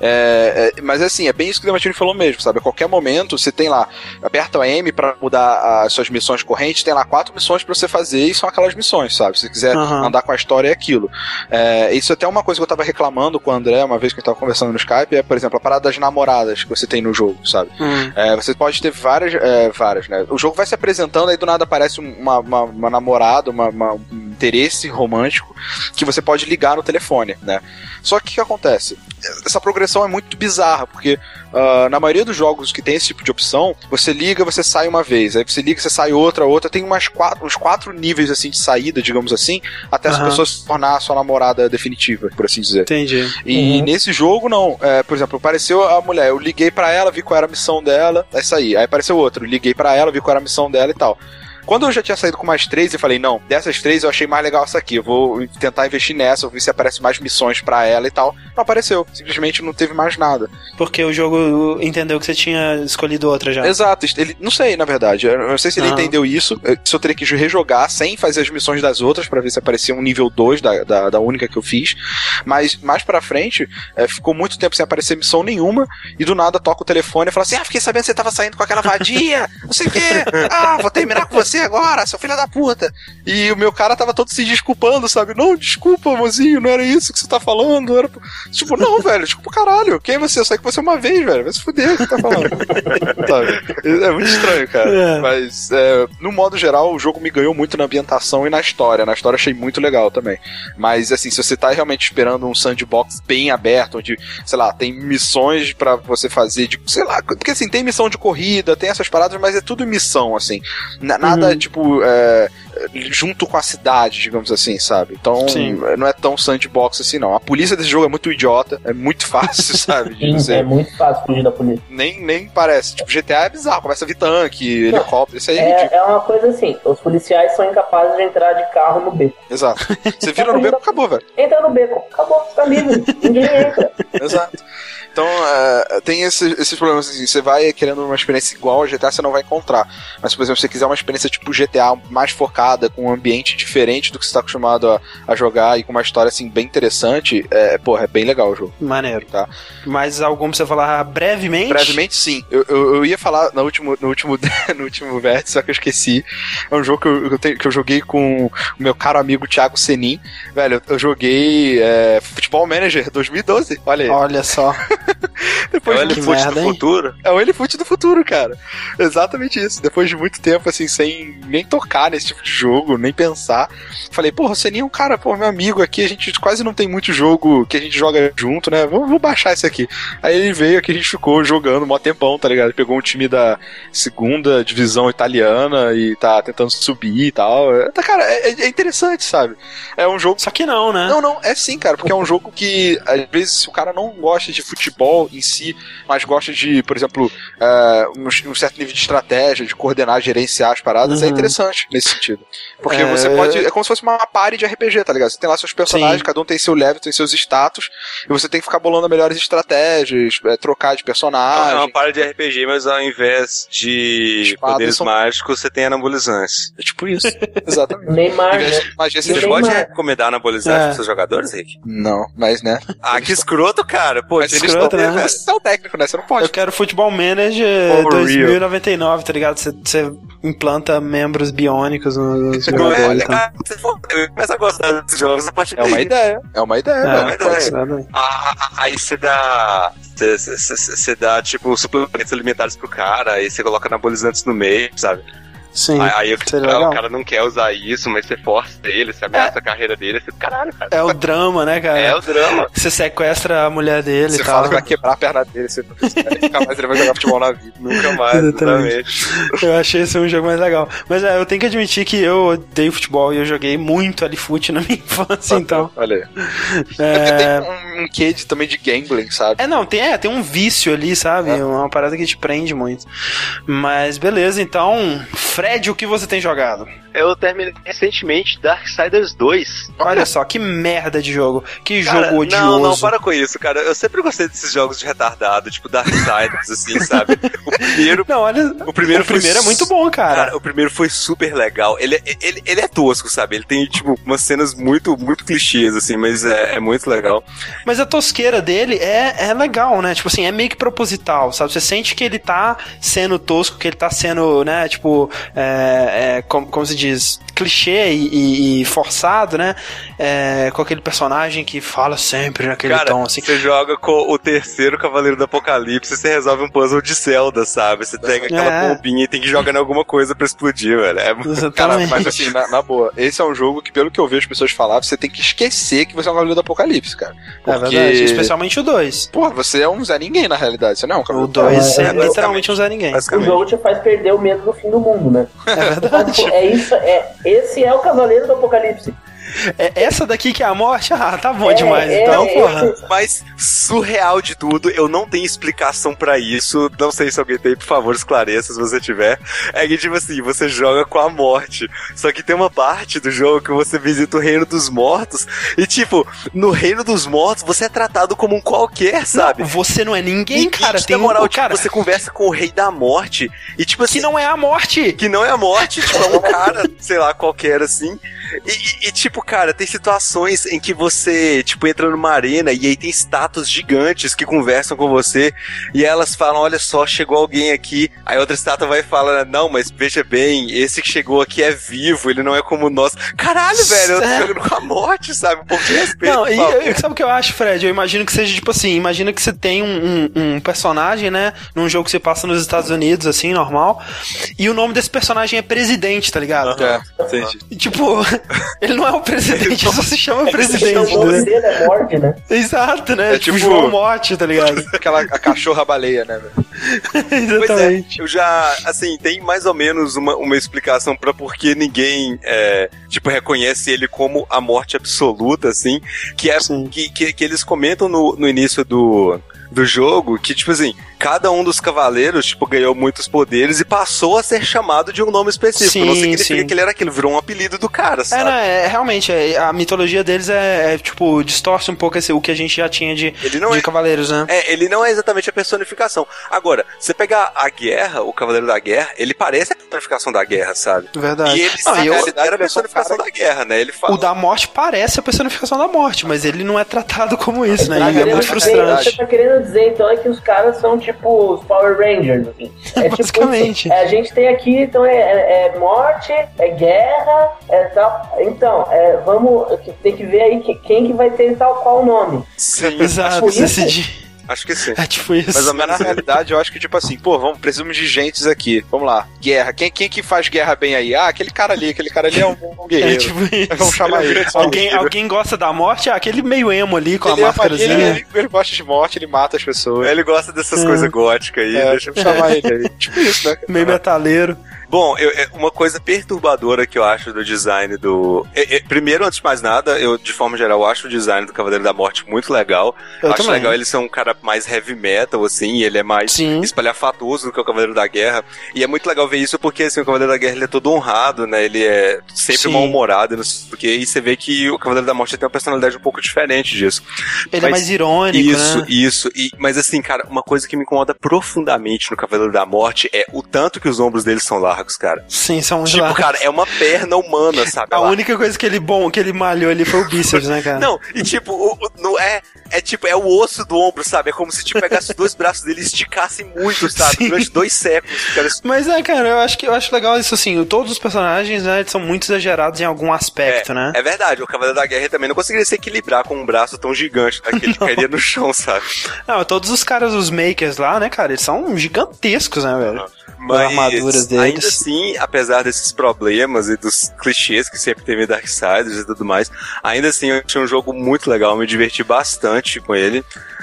É, é, mas assim, é bem isso que o Dematini falou mesmo, sabe? A qualquer momento você tem lá, aperta o M pra mudar as suas missões correntes, tem lá quatro missões pra você fazer e são aquelas missões, sabe? Se você quiser Uhum. andar com a história, é aquilo. É, isso é até uma coisa que eu tava reclamando com o André, uma vez que a gente tava conversando no Skype, é, por exemplo, a parada das namoradas que você tem no jogo, sabe? Hum. É, você pode ter várias, é, várias, né? O jogo vai se apresentando, aí do nada aparece uma, uma, uma namorada, uma, uma- um interesse romântico que você pode ligar no telefone, né? Só que o que acontece? Essa progressão é muito bizarra, porque uh, na maioria dos jogos que tem esse tipo de opção, você liga, você sai uma vez, aí você liga, você sai outra, outra, tem umas quatro, uns quatro níveis assim de saída, digamos assim, até uhum. essa pessoa se tornar a sua namorada definitiva, por assim dizer. Entendi. E uhum. nesse jogo, não. É, por exemplo, apareceu a mulher, eu liguei pra ela, vi qual era a missão dela, é isso aí. Aí apareceu outro, liguei pra ela, vi qual era a missão dela e tal. Quando eu já tinha saído com mais três, eu falei, não, dessas três eu achei mais legal essa aqui, eu vou tentar investir nessa, eu ver se aparece mais missões pra ela e tal. Não apareceu, simplesmente não teve mais nada. Porque o jogo entendeu que você tinha escolhido outra já. Exato, ele, não sei, na verdade, eu não sei se ele uhum. entendeu isso, se eu teria que rejogar sem fazer as missões das outras, pra ver se aparecia um nível dois da, da, da única que eu fiz, mas mais pra frente, é, ficou muito tempo sem aparecer missão nenhuma, e do nada toca o telefone e fala assim, ah, fiquei sabendo que você tava saindo com aquela vadia, não sei o quê, ah, vou terminar com você agora, seu filho da puta. E o meu cara tava todo se desculpando, sabe? Não, desculpa, mozinho, não era isso que você tá falando. Era... Tipo, não, velho, desculpa caralho. Quem é você? Eu saí com você uma vez, velho. Vai se fuder, o que você tá falando? Sabe? É muito estranho, cara. É. Mas, é, no modo geral, o jogo me ganhou muito na ambientação e na história. Na história achei muito legal também. Mas, assim, se você tá realmente esperando um sandbox bem aberto, onde, sei lá, tem missões pra você fazer de, sei lá, porque assim, tem missão de corrida, tem essas paradas, mas é tudo missão, assim. Nada uhum. tipo, é, junto com a cidade, digamos assim, sabe? Então, Sim. não é tão sandbox assim, não. A polícia desse jogo é muito idiota, é muito fácil, sabe? Sim, você... é muito fácil fugir da polícia. Nem, nem parece. Tipo, G T A é bizarro, começa a vir tanque, não, helicóptero, isso aí é, é ridículo. É uma coisa assim, os policiais são incapazes de entrar de carro no beco. Exato. Você vira no beco, acabou, velho. Entra no beco, acabou, tá livre, ninguém entra. Exato. Então, uh, tem esse, esses problemas assim, você vai querendo uma experiência igual ao G T A, você não vai encontrar. Mas, por exemplo, se você quiser uma experiência tipo G T A mais focada, com um ambiente diferente do que você está acostumado a, a jogar e com uma história, assim, bem interessante, é, porra, é bem legal o jogo. Maneiro. Tá? Mas algum pra você falar brevemente? Brevemente, sim. Eu, eu, eu ia falar no último, no último, no último vértice, só que eu esqueci. É um jogo que eu, eu tenho, que eu joguei com o meu caro amigo Thiago Senin. Velho, eu, eu joguei é, Futebol Manager dois mil e doze. Olha aí. Olha só. Depois é o Elefute do futuro? É o Elefute do futuro, cara. Exatamente isso. Depois de muito tempo, assim, sem nem tocar nesse tipo de jogo, nem pensar, falei, porra, o Seninha é um cara, pô, meu amigo aqui, a gente quase não tem muito jogo que a gente joga junto, né? Vou, vou baixar esse aqui. Aí ele veio aqui, a gente ficou jogando mó tempão, tá ligado? Ele pegou um time da segunda divisão italiana e tá tentando subir e tal. Tá, cara, é, é interessante, sabe? É um jogo... Só que não, né? Não, não, é sim, cara, porque é um jogo que, às vezes, se o cara não gosta de futebol em si, mas gosta de, por exemplo, uh, um, um certo nível de estratégia, de coordenar, gerenciar as paradas, uhum. é interessante nesse sentido. Porque é... você pode... É como se fosse uma party de R P G, tá ligado? Você tem lá seus personagens, Sim. cada um tem seu level, tem seus status, e você tem que ficar bolando melhores estratégias, é, trocar de personagem. É uma party de R P G, mas ao invés de Espadas poderes são... mágicos, você tem anabolizantes. É tipo isso. Exatamente. Neymar, né? Magia, você Neymar. Pode recomendar anabolizantes é. pros seus jogadores, Rick? Não, mas né? Ah, que escroto, cara. Pô, mas eles escroto, né? Você é o técnico, né? Você não pode. Eu quero Futebol Manager dois mil e noventa e nove, tá ligado? Você, você implanta membros biônicos nos jogadores. Cara, você começa a gostar desses jogos a partir É uma ideia. É uma ideia. É uma ideia. Ah, aí você dá... Você dá, tipo, suplementos alimentares pro cara, aí você coloca anabolizantes no meio, sabe? Sim, aí o, o cara não quer usar isso, mas você força ele, você ameaça é. a carreira dele, você, caralho, cara. É o drama, né, cara? É o drama. Você sequestra a mulher dele você e tal. Você fala que vai quebrar a perna dele, você nunca mais ele vai jogar futebol na vida. Nunca mais, exatamente. Eu achei esse um jogo mais legal. Mas é, eu tenho que admitir que eu odeio futebol e eu joguei muito Elefute na minha infância, então. Olha aí. É... Tem um, um quê de, também de gambling, sabe? É, não, tem, é, tem um vício ali, sabe? É. Uma parada que te prende muito. Mas beleza, então... Fred, o que você tem jogado? Eu terminei recentemente Darksiders dois. Olha só, que merda de jogo. Que cara, jogo odioso. Não, não, para com isso, cara. Eu sempre gostei desses jogos de retardado, tipo Darksiders, assim, sabe? O primeiro... Não, olha... O primeiro, o primeiro foi, é muito bom, cara. Cara, o primeiro foi super legal. Ele, ele, ele é tosco, sabe? Ele tem, tipo, umas cenas muito, muito clichês, assim, mas é, é muito legal. Mas a tosqueira dele é, é legal, né? Tipo assim, é meio que proposital, sabe? Você sente que ele tá sendo tosco, que ele tá sendo, né, tipo... É, é, como, como se diz, diz, clichê e, e, e forçado, né? É, com aquele personagem que fala sempre naquele Cara, tom, assim. Você joga com o terceiro Cavaleiro do Apocalipse e você resolve um puzzle de Zelda, sabe? Você pega aquela É. bombinha e tem que jogar em alguma coisa pra explodir, velho. É muito... Exatamente. Cara, mas assim, na, na boa, esse é um jogo que, pelo que eu vejo as pessoas falar, você tem que esquecer que você é um Cavaleiro do Apocalipse, cara. É Porque... verdade, especialmente o dois. Porra, você é um Zé Ninguém, na realidade. Você não é um Cavaleiro O dois É, é, é, literalmente um Zé Ninguém. O Basicamente. jogo te faz perder o medo do fim do mundo, né? É verdade. É isso, é, esse é o Cavaleiro do Apocalipse. É essa daqui que é a morte? Ah, tá bom É, demais, é, então, é, porra. esse- Mas surreal de tudo, eu não tenho explicação pra isso. Não sei se alguém tem, por favor, esclareça se você tiver. É que, tipo assim, você joga com a morte. Só que tem uma parte do jogo que você visita o Reino dos Mortos. E, tipo, no Reino dos Mortos, você é tratado como um qualquer, sabe? Não, você não é ninguém, Ninguém cara. te Tem dá moral, um tipo, cara você conversa com o Rei da Morte. E, tipo assim, que não é a morte. que não é a morte, tipo, é um cara, sei lá, qualquer assim. E, e- e, tipo, cara, tem situações em que você, tipo, entra numa arena e aí tem estátuas gigantes que conversam com você e elas falam, olha só, chegou alguém aqui. Aí outra estátua vai e fala, não, mas veja bem, esse que chegou aqui é vivo, ele não é como nós. Caralho, velho, eu tô Sério? jogando com a morte, sabe? Um pouco de respeito, Não, por e favor. eu- sabe o que eu acho, Fred? Eu imagino que seja tipo assim, imagina que você tem um, um- um personagem, né, num jogo que você passa nos Estados Unidos, assim, normal, e o nome desse personagem é Presidente, tá ligado? É, entendi. E, tipo, ele não é o presidente, ele só se chama Presidente, O nome né? dele é morte, né? Exato, né? É tipo, tipo- João Morte, tá ligado? Aquela a cachorra baleia, né, velho? Pois é, Exatamente. eu já, assim, tem mais ou menos uma, uma explicação pra por que ninguém, é, tipo, reconhece ele como a morte absoluta, assim, que é Sim. que, que, que eles comentam no, no início do, do jogo, que, tipo assim, cada um dos cavaleiros, tipo, ganhou muitos poderes e passou a ser chamado de um nome específico. Sim, Não significa sim. que ele era aquilo, virou um apelido do cara, É, sabe? não, é, realmente, é, a mitologia deles é, é, tipo, distorce um pouco esse, o que a gente já tinha de, Ele não de é- cavaleiros, né? É, ele não é exatamente a personificação. Agora, você pegar a guerra, o Cavaleiro da Guerra, ele parece a personificação da guerra, sabe? Verdade. E ele, Não, na e eu- realidade, era a ele é só um personificação cara da guerra, né? Ele fala... O da morte parece a personificação da morte, mas ele não é tratado como isso, né? Tá E é querendo muito dizer- frustrante. Você tá querendo dizer, então, é que os caras são tipo os Power Rangers, assim. É tipo, Basicamente. é, a gente tem aqui, então, é, é- é morte, é guerra, é tal. Então, é, vamos, tem que ver aí que- quem que vai ter tal qual nome. Sim, Exato, Tipo isso? decidir. acho que sim. É tipo isso. Mais ou Mas menos. na realidade, eu acho que, tipo assim, pô, vamos, precisamos de gentes aqui. Vamos lá. Guerra. Quem, quem que faz guerra bem aí? Ah, aquele cara ali. Aquele cara ali é um, um É guerreiro. tipo isso. Vamos chamar ele. Alguém, alguém gosta da morte? Ah, aquele meio emo ali com Ele, a é máscarazinha. ele, ele, ele gosta de morte, ele mata as pessoas. Ele gosta dessas É. coisas góticas aí. É, Deixa eu... vamos chamar ele aí. Tipo isso, né? Meio metaleiro. Bom, eu- é uma coisa perturbadora que eu acho do design do... é- é, primeiro, antes de mais nada, eu, de forma geral, eu acho o design do Cavaleiro da Morte muito legal. Eu acho também. legal ele ser um cara mais heavy metal, assim, e ele é mais Sim. espalhafatoso do que o Cavaleiro da Guerra. E é muito legal ver isso porque, assim, o Cavaleiro da Guerra ele é todo honrado, né? Ele é sempre Sim. mal-humorado, não sei por quê. E você vê que o Cavaleiro da Morte tem uma personalidade um pouco diferente disso. Ele é Mas mais irônico, Isso, né? isso. E, mas assim, cara, uma coisa que me incomoda profundamente no Cavaleiro da Morte é o tanto que os ombros dele são largos, cara. Sim, são Tipo, lá. cara, é uma perna humana, sabe? A Ela- única coisa que ele bom, que ele malhou ali foi o bíceps, né, cara? Não, e tipo, o, o- não é, é tipo, é o osso do ombro, sabe? É como se tipo, pegasse os dois braços dele e esticasse muito, sabe? Sim. Durante dois séculos. Cara, isso- Mas é, cara, eu acho que eu acho legal isso assim. Todos os personagens, né, eles são muito exagerados em algum aspecto, é, né? é verdade, o Cavaleiro da Guerra também não conseguiria se equilibrar com um braço tão gigante, né? Que ele cairia no chão, sabe? Não, todos os caras, os makers lá, né, cara, eles são gigantescos, né, velho? Mas, armaduras deles. ainda assim, apesar desses problemas e dos clichês que sempre teve em Darksiders e tudo mais, ainda assim eu achei um jogo muito legal, me diverti bastante com ele.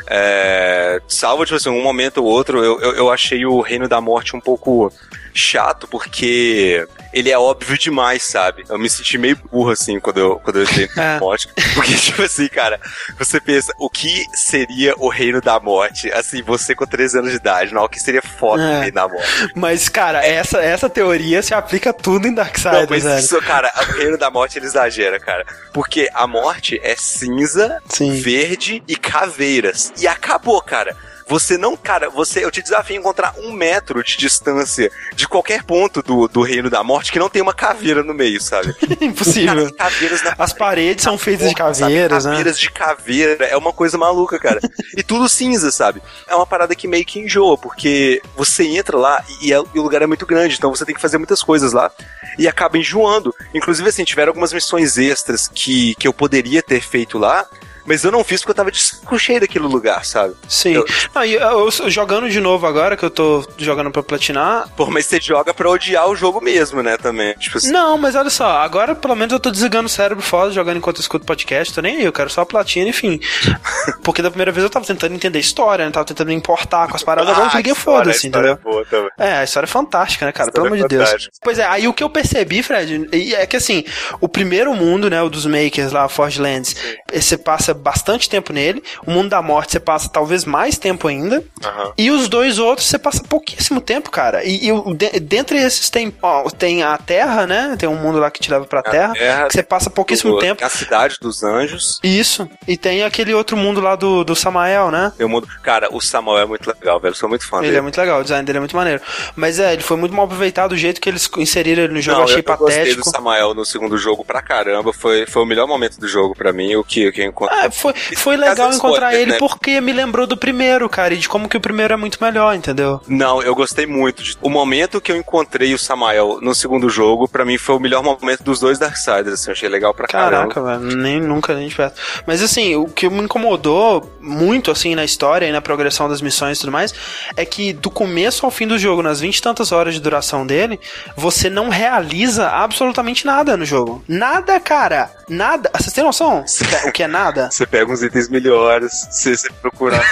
É, salvo, tipo assim, um momento ou outro, eu, eu, eu achei o Reino da Morte um pouco chato, porque ele é óbvio demais, sabe? Eu me senti meio burro, assim, quando eu, quando eu entrei no Reino da Morte. Porque, tipo assim, cara, você pensa, o que seria o Reino da Morte? Assim, você com treze anos de idade, não, o que seria foda É. o Reino da Morte? Mas, cara, essa, essa teoria se aplica tudo em Não, Darksiders, mas velho. isso, cara, o Reino da Morte ele exagera, cara. Porque a morte é cinza, Sim. verde e caveiras. E acabou, cara. Você não, cara, você, eu te desafio a encontrar um metro de distância de qualquer ponto do, do Reino da Morte que não tem uma caveira no meio, sabe? Cara, Impossível. tem caveiras na As paredes são feitas de porta, sabe? caveiras, né? Caveiras de caveira, é uma coisa maluca, cara. E tudo cinza, sabe? É uma parada que meio que enjoa, porque você entra lá e, é- e o lugar é muito grande, então você tem que fazer muitas coisas lá. e acaba enjoando. Inclusive, assim, tiveram algumas missões extras que, que eu poderia ter feito lá, mas eu não fiz porque eu tava de saco cheio daquele lugar, sabe? Sim. Eu... Não, e eu, eu, jogando de novo agora, que eu tô jogando pra platinar... Pô, mas você joga pra odiar o jogo mesmo, né, também. Tipo assim... Não, mas olha só, agora pelo menos eu tô desligando o cérebro fora, jogando enquanto eu escuto podcast, tô nem aí, eu quero só a platina, enfim. Porque da primeira vez eu tava tentando entender história, né, tava tentando me importar com as paradas, agora eu desliguei foda-se, entendeu? É, boa, tá é, a história é fantástica, né, cara, pelo amor de Deus. Pois é, aí o que eu percebi, Fred, é que assim, o primeiro mundo, né, o dos makers lá, Forge Lands, você passa bastante tempo nele, o mundo da morte você passa talvez mais tempo ainda, uhum. E os dois outros você passa pouquíssimo tempo, cara, e, e o, de, dentre esses tem, ó, tem a Terra, né, tem um mundo lá que te leva pra Terra, terra que você passa pouquíssimo do, tempo. A Cidade dos Anjos. Isso, e tem aquele outro mundo lá do, do Samael, né? Eu mundo, cara, o Samael é muito legal, velho, eu sou muito fã ele dele. Ele é muito legal, o design dele é muito maneiro, mas é, ele foi muito mal aproveitado, o jeito que eles inseriram ele no jogo. Não, eu achei eu, patético. Eu gostei do Samael no segundo jogo pra caramba, foi, foi o melhor momento do jogo pra mim, o que, o que eu encontrei. Ah, foi, foi legal encontrar ele, né? Porque me lembrou do primeiro, cara, e de como que o primeiro é muito melhor, entendeu? Não, eu gostei muito. De... O momento que eu encontrei o Samael no segundo jogo, pra mim foi o melhor momento dos dois Darksiders, assim, eu achei legal pra caramba. Caraca, velho, nem, nunca nem de perto. Mas assim, o que me incomodou muito, assim, na história e na progressão das missões e tudo mais, é que do começo ao fim do jogo, nas vinte e tantas horas de duração dele, você não realiza absolutamente nada no jogo. Nada, cara! Nada! Vocês têm noção o que é nada? Você pega uns itens melhores, se você procurar.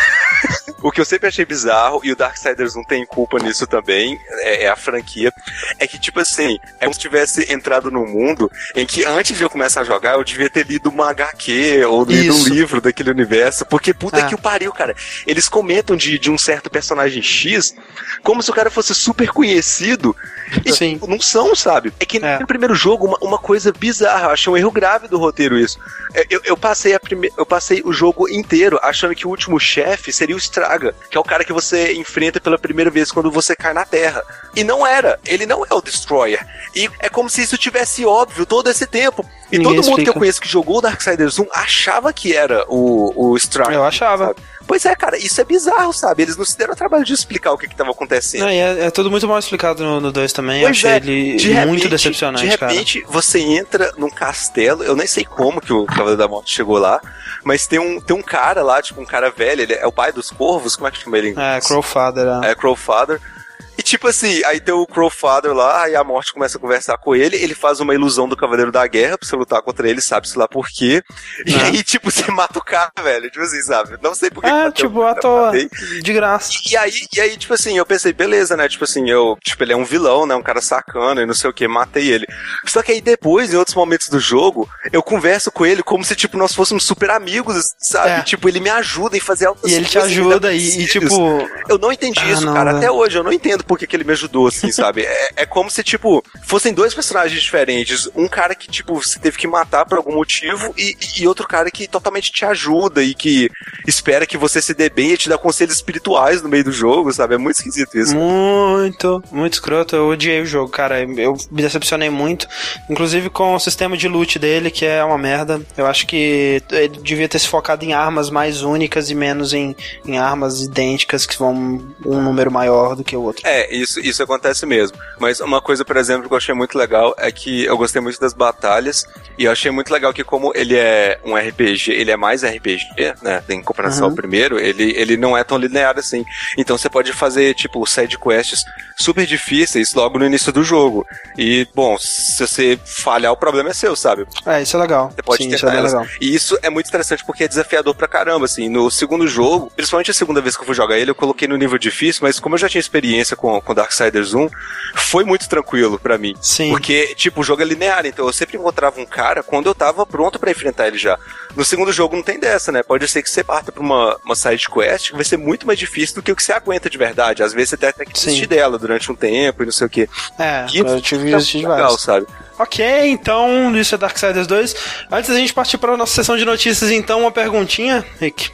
O que eu sempre achei bizarro, e o Darksiders não tem culpa nisso também, é, é a franquia, é que, tipo assim, é como se tivesse entrado num mundo em que antes de eu começar a jogar, eu devia ter lido uma H Q ou lido Isso. um livro daquele universo, porque puta ah. que o pariu, cara. Eles comentam de, de um certo personagem X como se o cara fosse super conhecido. E Sim. não são, sabe? É que é. no primeiro jogo, uma, uma coisa bizarra, eu achei um erro grave do roteiro isso. Eu, eu, passei a prime... eu passei o jogo inteiro achando que o último chefe seria o Straga, que é o cara que você enfrenta pela primeira vez quando você cai na Terra. E não era, ele não é o Destroyer. E é como se isso tivesse óbvio todo esse tempo. E Ninguém todo mundo explica. que eu conheço que jogou o Darksiders um achava que era o, o Straga. Eu achava. Sabe? Pois é, cara, isso é bizarro, sabe? Eles não se deram o trabalho de explicar o que que tava acontecendo. Não, e é, é tudo muito mal explicado no dois também. Pois eu achei é, ele de muito repente, decepcionante, cara. De repente, cara. Você entra num castelo, eu nem sei como que o Cavaleiro da Morte chegou lá, mas tem um, tem um cara lá, tipo um cara velho, ele é o pai dos corvos, como é que chama ele? É, Crowfather. É, é Crowfather. E tipo assim, aí tem o Crowfather lá, aí a Morte começa a conversar com ele, ele faz uma ilusão do Cavaleiro da Guerra pra você lutar contra ele, sabe-se lá por quê. E é. aí, tipo, você mata o cara, velho, tipo assim, sabe? Não sei por que. É, que tipo, à toa, de graça. E, e, aí, e aí, tipo assim, eu pensei, beleza, né? Tipo assim, eu, tipo, ele é um vilão, né? Um cara sacana e não sei o que, matei ele. Só que aí depois, em outros momentos do jogo, eu converso com ele como se, tipo, nós fôssemos super amigos, sabe? É. Tipo, ele me ajuda em fazer altas coisas. E ele te ajuda e, e, tipo... Eu não entendi ah, isso, não, cara. Velho. Até hoje, eu não entendo por que que ele me ajudou, assim, sabe? É, é como se, tipo, fossem dois personagens diferentes. Um cara que, tipo, você teve que matar por algum motivo e, e outro cara que totalmente te ajuda e que espera que você se dê bem e te dá conselhos espirituais no meio do jogo, sabe? É muito esquisito isso. Muito, muito escroto. Eu odiei o jogo, cara. Eu me decepcionei muito. Inclusive com o sistema de loot dele, que é uma merda. Eu acho que ele devia ter se focado em armas mais únicas e menos em, em armas idênticas que vão um número maior do que o outro. É, isso, isso acontece mesmo. Mas uma coisa, por exemplo, que eu achei muito legal é que eu gostei muito das batalhas e eu achei muito legal que como ele é um R P G, ele é mais R P G, né, em comparação uhum. ao primeiro, ele, ele não é tão linear assim. Então você pode fazer, tipo, side quests super difíceis logo no início do jogo. E, bom, se você falhar, o problema é seu, sabe? É, isso é legal. Você pode Sim, tentar isso é elas. Legal. E isso é muito interessante porque é desafiador pra caramba, assim. No segundo jogo, principalmente a segunda vez que eu fui jogar ele, eu coloquei no nível difícil, mas como eu já tinha experiência com, com Darksiders um, foi muito tranquilo pra mim. Sim. Porque, tipo, o jogo é linear, então eu sempre encontrava um cara quando eu tava pronto pra enfrentar ele já. No segundo jogo não tem dessa, né? Pode ser que você parta pra uma, uma side quest que vai ser muito mais difícil do que o que você aguenta de verdade. Às vezes você tem até que desistir dela durante um tempo e não sei o que. É, e eu tive isso de legal, vários. Sabe? Ok, então, isso é Darksiders dois. Antes da gente partir para a nossa sessão de notícias, então, uma perguntinha, Rick.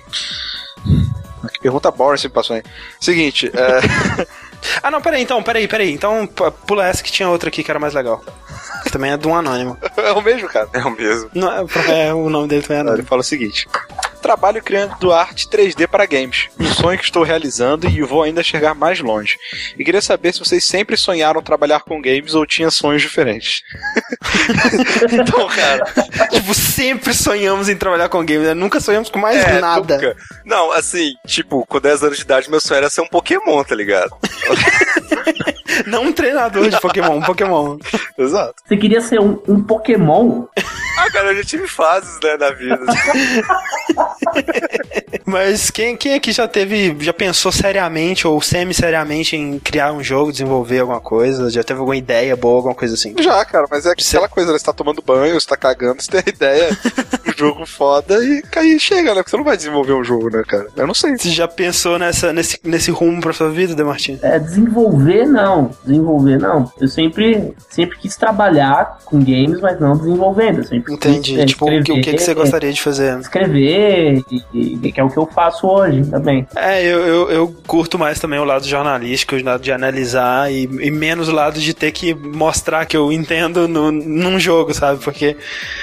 Que pergunta boring você passou aí. Seguinte, é... Ah, não, peraí, então, peraí, peraí. Então, pula essa que tinha outra aqui que era mais legal. Que também é de um anônimo. É o mesmo, cara. É o mesmo. Não, é, é, o nome dele também é anônimo. Ele fala o seguinte... trabalho criando arte três D para games. Um sonho que estou realizando e vou ainda chegar mais longe. E queria saber se vocês sempre sonharam trabalhar com games ou tinham sonhos diferentes. Então, cara, tipo, sempre sonhamos em trabalhar com games, né? Nunca sonhamos com mais É, nada. nunca. Não, assim, tipo, com dez anos de idade, meu sonho era ser um Pokémon, tá ligado? Não um treinador de Pokémon, um Pokémon. Exato. Você queria ser um, um Pokémon? Ah, cara, eu já tive fases, né, na vida. Mas quem, quem aqui já teve, já pensou seriamente ou semi-seriamente em criar um jogo, desenvolver alguma coisa? Já teve alguma ideia boa, alguma coisa assim? Já, cara, mas é aquela coisa, né? Você tá tomando banho, você tá cagando, você tem a ideia, um jogo foda e aí chega, né? Porque você não vai desenvolver um jogo, né, cara? Eu não sei. Você já pensou nessa, nesse, nesse rumo pra sua vida, Demartini? É, desenvolver não. Desenvolver não. Eu sempre, sempre quis trabalhar com games, mas não desenvolvendo. Eu sempre Entendi. quis, é, tipo, o que, o que, que você gostaria de fazer? Escrever, e, e, que é o que eu faço hoje também. É, eu, eu, eu curto mais também o lado jornalístico, o lado de analisar e, e menos o lado de ter que mostrar que eu entendo no, num jogo, sabe? Porque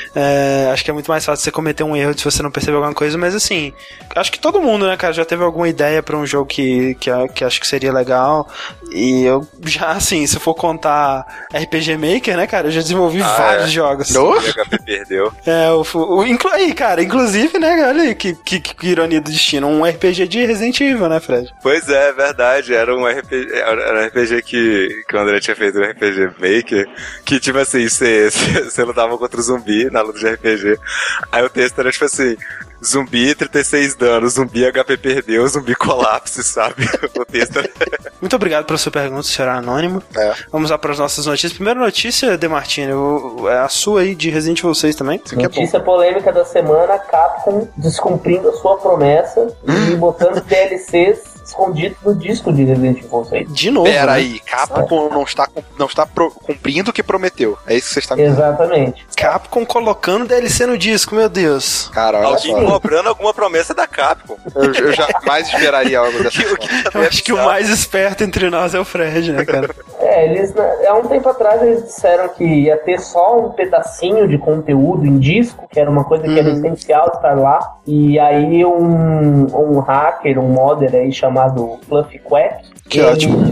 é, acho que é muito mais fácil você cometer um erro se você não perceber alguma coisa, mas assim, acho que todo mundo, né, cara, já teve alguma ideia pra um jogo que, que, que acho que seria legal. E eu já, assim, se for contar R P G Maker, né, cara, eu já desenvolvi Ah, vários é. jogos. O H P perdeu. É, o, o, inclu, aí, cara, inclusive, né, olha aí, que, que, que ironia do destino, um R P G de Resident Evil, né, Fred? Pois é, é verdade. Era um R P G, era um R P G que, que o André tinha feito no R P G Maker, que, tipo assim, você, você lutava contra o zumbi na luta de R P G. Aí o texto era, tipo assim, zumbi, trinta e seis danos, zumbi H P perdeu, zumbi colapse, sabe? O texto era... Muito obrigado pela sua pergunta, senhor Anônimo. É. Vamos lá para as nossas notícias. Primeira notícia, Demartini, o- é a sua aí de Resident Evil seis também. Isso aqui é bom. Notícia polêmica da semana, Capcom descumprindo a sua promessa e botando D L Cs escondidos no disco de Resident Evil seis. De novo, Pera né? aí, Capcom não está, com- não está pro- cumprindo o que prometeu. É isso que você está me dizendo. Exatamente. Capcom colocando D L C no disco, meu Deus. Cara, olha Alguém só. cobrando alguma promessa da Capcom. Eu, eu jamais esperaria algo dessa forma. Eu acho que o mais esperto entre nós é o Fred, né, cara? É, eles, né, há um tempo atrás eles disseram que ia ter só um pedacinho de conteúdo em disco, que era uma coisa que era Uhum. essencial estar lá, e aí um, um hacker, um modder aí chamado Fluffy Quack, Que ele ótimo.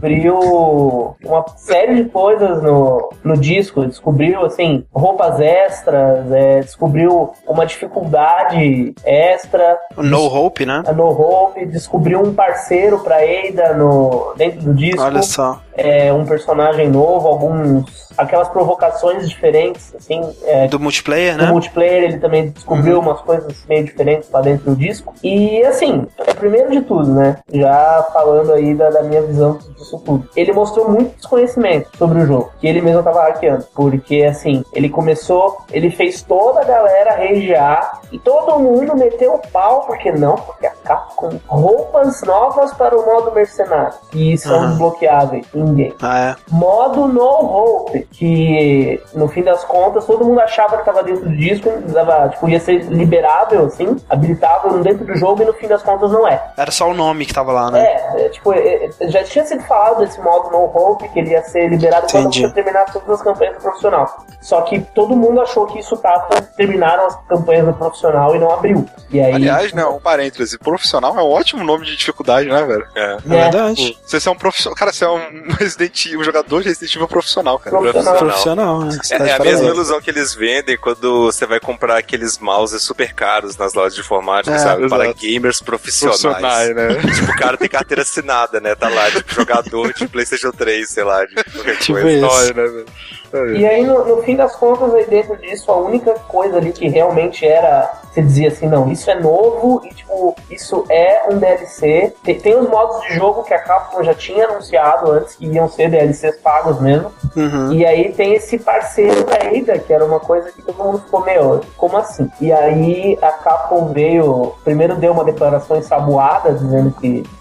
descobriu uma série de coisas no, no disco, descobriu, assim, roupas extras, é, descobriu uma dificuldade extra, No Hope, né? a No Hope, descobriu um parceiro pra Ada no, dentro do disco. Olha só. É, um personagem novo, alguns aquelas provocações diferentes, assim, é, Do multiplayer, no né? multiplayer ele também descobriu umas coisas meio diferentes lá dentro do disco. E assim, é, primeiro de tudo, né? Já falando aí da, da minha visão disso tudo. Ele mostrou muito desconhecimento sobre o jogo, que ele mesmo tava hackeando. Porque assim, ele começou, ele fez toda a galera regear e todo mundo meteu o pau, porque não, porque a Capcom roupas novas para o modo mercenário, que são Uhum. desbloqueáveis em game. Ah, é. Modo No Hope, que no fim das contas todo mundo achava que estava dentro do disco, dava, tipo, ia ser liberável, assim, habilitável dentro do jogo, e no fim das contas não é. Era só o nome que tava lá, né? É, é, tipo, é, é, já tinha sido falado desse modo No Hope, que ele ia ser liberado quando Entendi. você terminasse todas as campanhas do profissional. Só que todo mundo achou que isso tava, terminaram as campanhas do profissional e não abriu. E aí, Aliás, né, um parêntese, profissional é um ótimo nome de dificuldade, né, velho? É. É né, verdade. Se você é um profissional, cara, você é um Resident Evil, um jogador de Resident Evil profissional, cara. profissional. Profissional, né? Você É, tá de é a parabéns. mesma ilusão que eles vendem quando você vai comprar aqueles mouses super caros nas lojas de informática, É, sabe? Para exato. gamers profissionais. Profissionais, né? Tipo, o cara tem carteira assinada, né? Tá lá, tipo, jogador de PlayStation três, sei lá, de qualquer Tipo coisa. isso. Olha, né, velho? E aí, no, no fim das contas, aí dentro disso, a única coisa ali que realmente era, você dizia assim, não, isso é novo e, tipo, isso é um D L C. Tem, tem os modos de jogo que a Capcom já tinha anunciado antes, que iam ser D L Cs pagos mesmo. Uhum. E aí tem esse parceiro da Ada, que era uma coisa que todo mundo ficou meio, como assim? E aí a Capcom veio, primeiro deu uma declaração ensaboada, dizendo que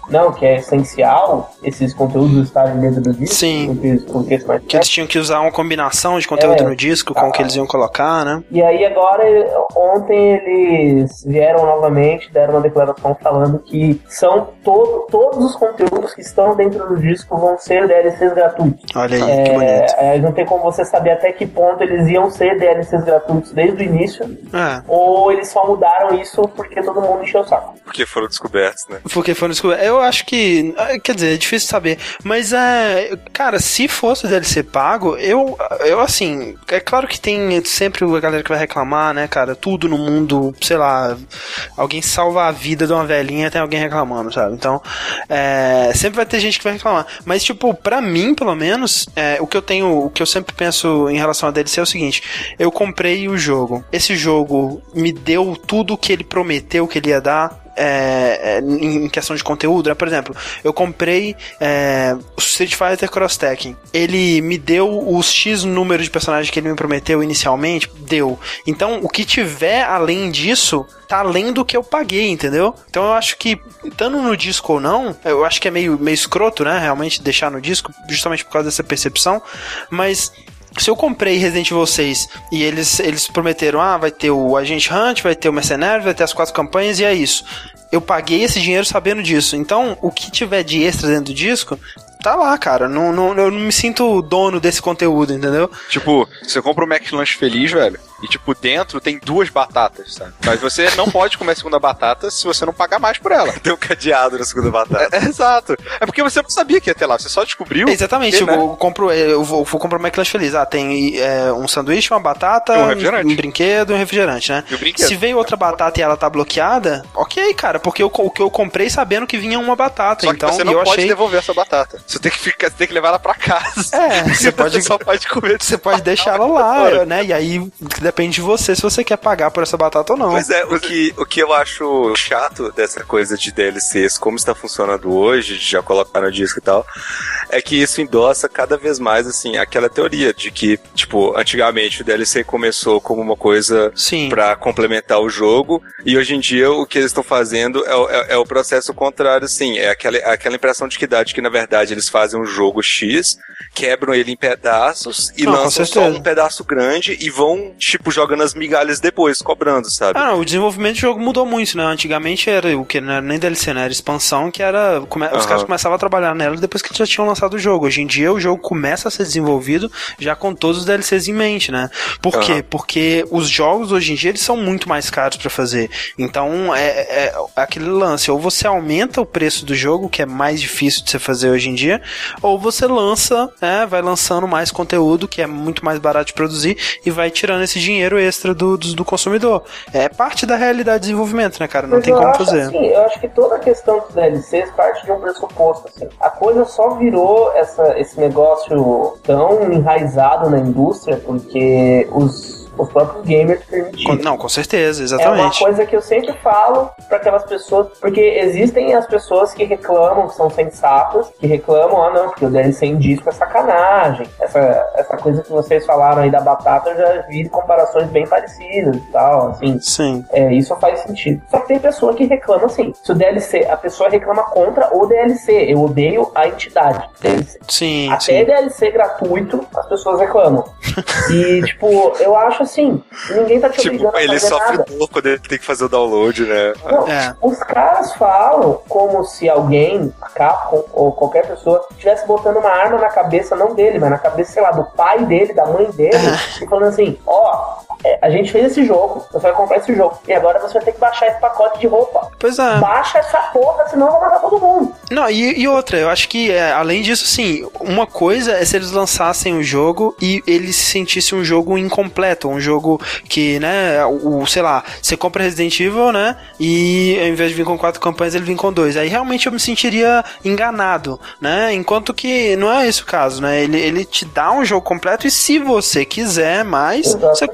não, que é essencial esses conteúdos estarem dentro do disco. Sim. Porque, porque que eles tinham que usar uma combinação de conteúdo é, no disco com o que eles iam colocar, né? E aí agora, ontem eles vieram novamente, deram uma declaração falando que são todo, todos os conteúdos que estão dentro do disco vão ser D L Cs gratuitos. Olha aí, é, que bonito. É, não tem como você saber até que ponto eles iam ser D L Cs gratuitos desde o início, é. ou eles só mudaram isso porque todo mundo encheu o saco. Porque foram descobertos, né? Porque foram descobertos. Eu acho que, quer dizer, é difícil saber, mas é, cara, se fosse D L C pago, eu, eu assim, é claro que tem sempre a galera que vai reclamar, né, cara, tudo no mundo, sei lá, alguém salva a vida de uma velhinha, tem alguém reclamando, sabe? Então, é, sempre vai ter gente que vai reclamar, mas tipo, pra mim, pelo menos, é, o que eu tenho, o que eu sempre penso em relação a D L C é o seguinte: eu comprei o jogo, esse jogo me deu tudo o que ele prometeu que ele ia dar. É, em questão de conteúdo, né? Por exemplo, eu comprei é, o Street Fighter Cross Tekken. Ele me deu os X número de personagens que ele me prometeu inicialmente, deu. Então, o que tiver além disso tá além do que eu paguei, entendeu? Então eu acho que, estando no disco ou não, eu acho que é meio, meio escroto, né? Realmente deixar no disco, justamente por causa dessa percepção, mas se eu comprei Resident Evil seis e eles, eles prometeram, ah, vai ter o Agent Hunt, vai ter o Mercenário, vai ter as quatro campanhas e é isso. Eu paguei esse dinheiro sabendo disso. Então, o que tiver de extra dentro do disco, tá lá, cara. Não, não, eu não me sinto dono desse conteúdo, entendeu? Tipo, você compra um McLanche feliz, velho, e tipo, dentro tem duas batatas, sabe? Mas você não pode comer a segunda batata se você não pagar mais por ela. Tem um cadeado na segunda batata. É, é, exato. É porque você não sabia que ia ter lá, você só descobriu. Exatamente, porque, eu, né? eu compro, eu vou, vou comprar um McLanche feliz. Ah, tem é, um sanduíche, uma batata, um, refrigerante. um brinquedo e um refrigerante, né? E o brinquedo. Se veio outra batata e ela tá bloqueada, ok, cara, porque eu, o que eu comprei sabendo que vinha uma batata. Só então que você não eu pode achei... devolver essa batata. Você tem que ficar, você tem que levar ela pra casa. É, você pode, só pode comer. Você pode deixar ela lá, né? E aí depende de você se você quer pagar por essa batata ou não. Pois é, o que, o que eu acho chato dessa coisa de D L Cs, como está funcionando hoje, de já colocar no disco e tal, é que isso endossa cada vez mais, assim, aquela teoria de que, tipo, antigamente o D L C começou como uma coisa Sim. pra complementar o jogo, e hoje em dia o que eles estão fazendo é, é, é o processo contrário, assim, é aquela, aquela impressão de que dá, de que na verdade eles fazem um jogo X, quebram ele em pedaços e não, lançam só um pedaço grande e vão, tipo, jogando as migalhas depois, cobrando, sabe? Ah, não, o desenvolvimento do jogo mudou muito, né? Antigamente era o que? Não era nem D L C, né? Era expansão, que era... Come... Uhum. Os caras começavam a trabalhar nela depois que já tinham lançado o jogo. Hoje em dia o jogo começa a ser desenvolvido já com todos os D L Cs em mente, né? Por uhum. quê? Porque os jogos hoje em dia eles são muito mais caros pra fazer. Então é, é, é aquele lance, ou você aumenta o preço do jogo, que é mais difícil de você fazer hoje em dia, ou você lança, né? Vai lançando mais conteúdo, que é muito mais barato de produzir, e vai tirando esse dinheiro extra do, do, do consumidor. É parte da realidade de desenvolvimento, né, cara? Não Mas tem como acho, fazer. Assim, eu acho que toda a questão dos D L Cs parte de um pressuposto. Assim. A coisa só virou essa, esse negócio tão enraizado na indústria porque os os próprios gamers permitiram. Não, com certeza, exatamente. É uma coisa que eu sempre falo para aquelas pessoas, porque existem as pessoas que reclamam, que são sensatas, que reclamam, ah não, porque o D L C em disco é sacanagem. Essa, essa coisa que vocês falaram aí da batata, eu já vi comparações bem parecidas e tal, assim. Sim. É, isso faz sentido. Só que tem pessoa que reclama assim, se o D L C, a pessoa reclama contra o D L C, eu odeio a entidade D L C. Sim, Até sim. D L C gratuito, as pessoas reclamam. E, tipo, eu acho assim, ninguém tá te tipo, obrigando a fazer ele sofre nada. dor quando ele tem que fazer o download, né? Não, É. Os caras falam como se alguém, a Capcom ou qualquer pessoa, estivesse botando uma arma na cabeça, não dele, mas na cabeça, sei lá, do pai dele, da mãe dele, e falando assim, ó, é, a gente fez esse jogo, você vai comprar esse jogo, e agora você vai ter que baixar esse pacote de roupa. Pois é. Baixa essa porra, senão eu vou matar todo mundo. Não, e, e outra, eu acho que, é, além disso, assim, uma coisa é se eles lançassem o jogo e ele se sentisse um jogo incompleto, um jogo que, né, o, o, sei lá, você compra Resident Evil, né, e ao invés de vir com quatro campanhas, ele vem com dois. Aí realmente eu me sentiria enganado, né, enquanto que não é esse o caso, né, ele, ele te dá um jogo completo e se você quiser mais, Exatamente. você compra,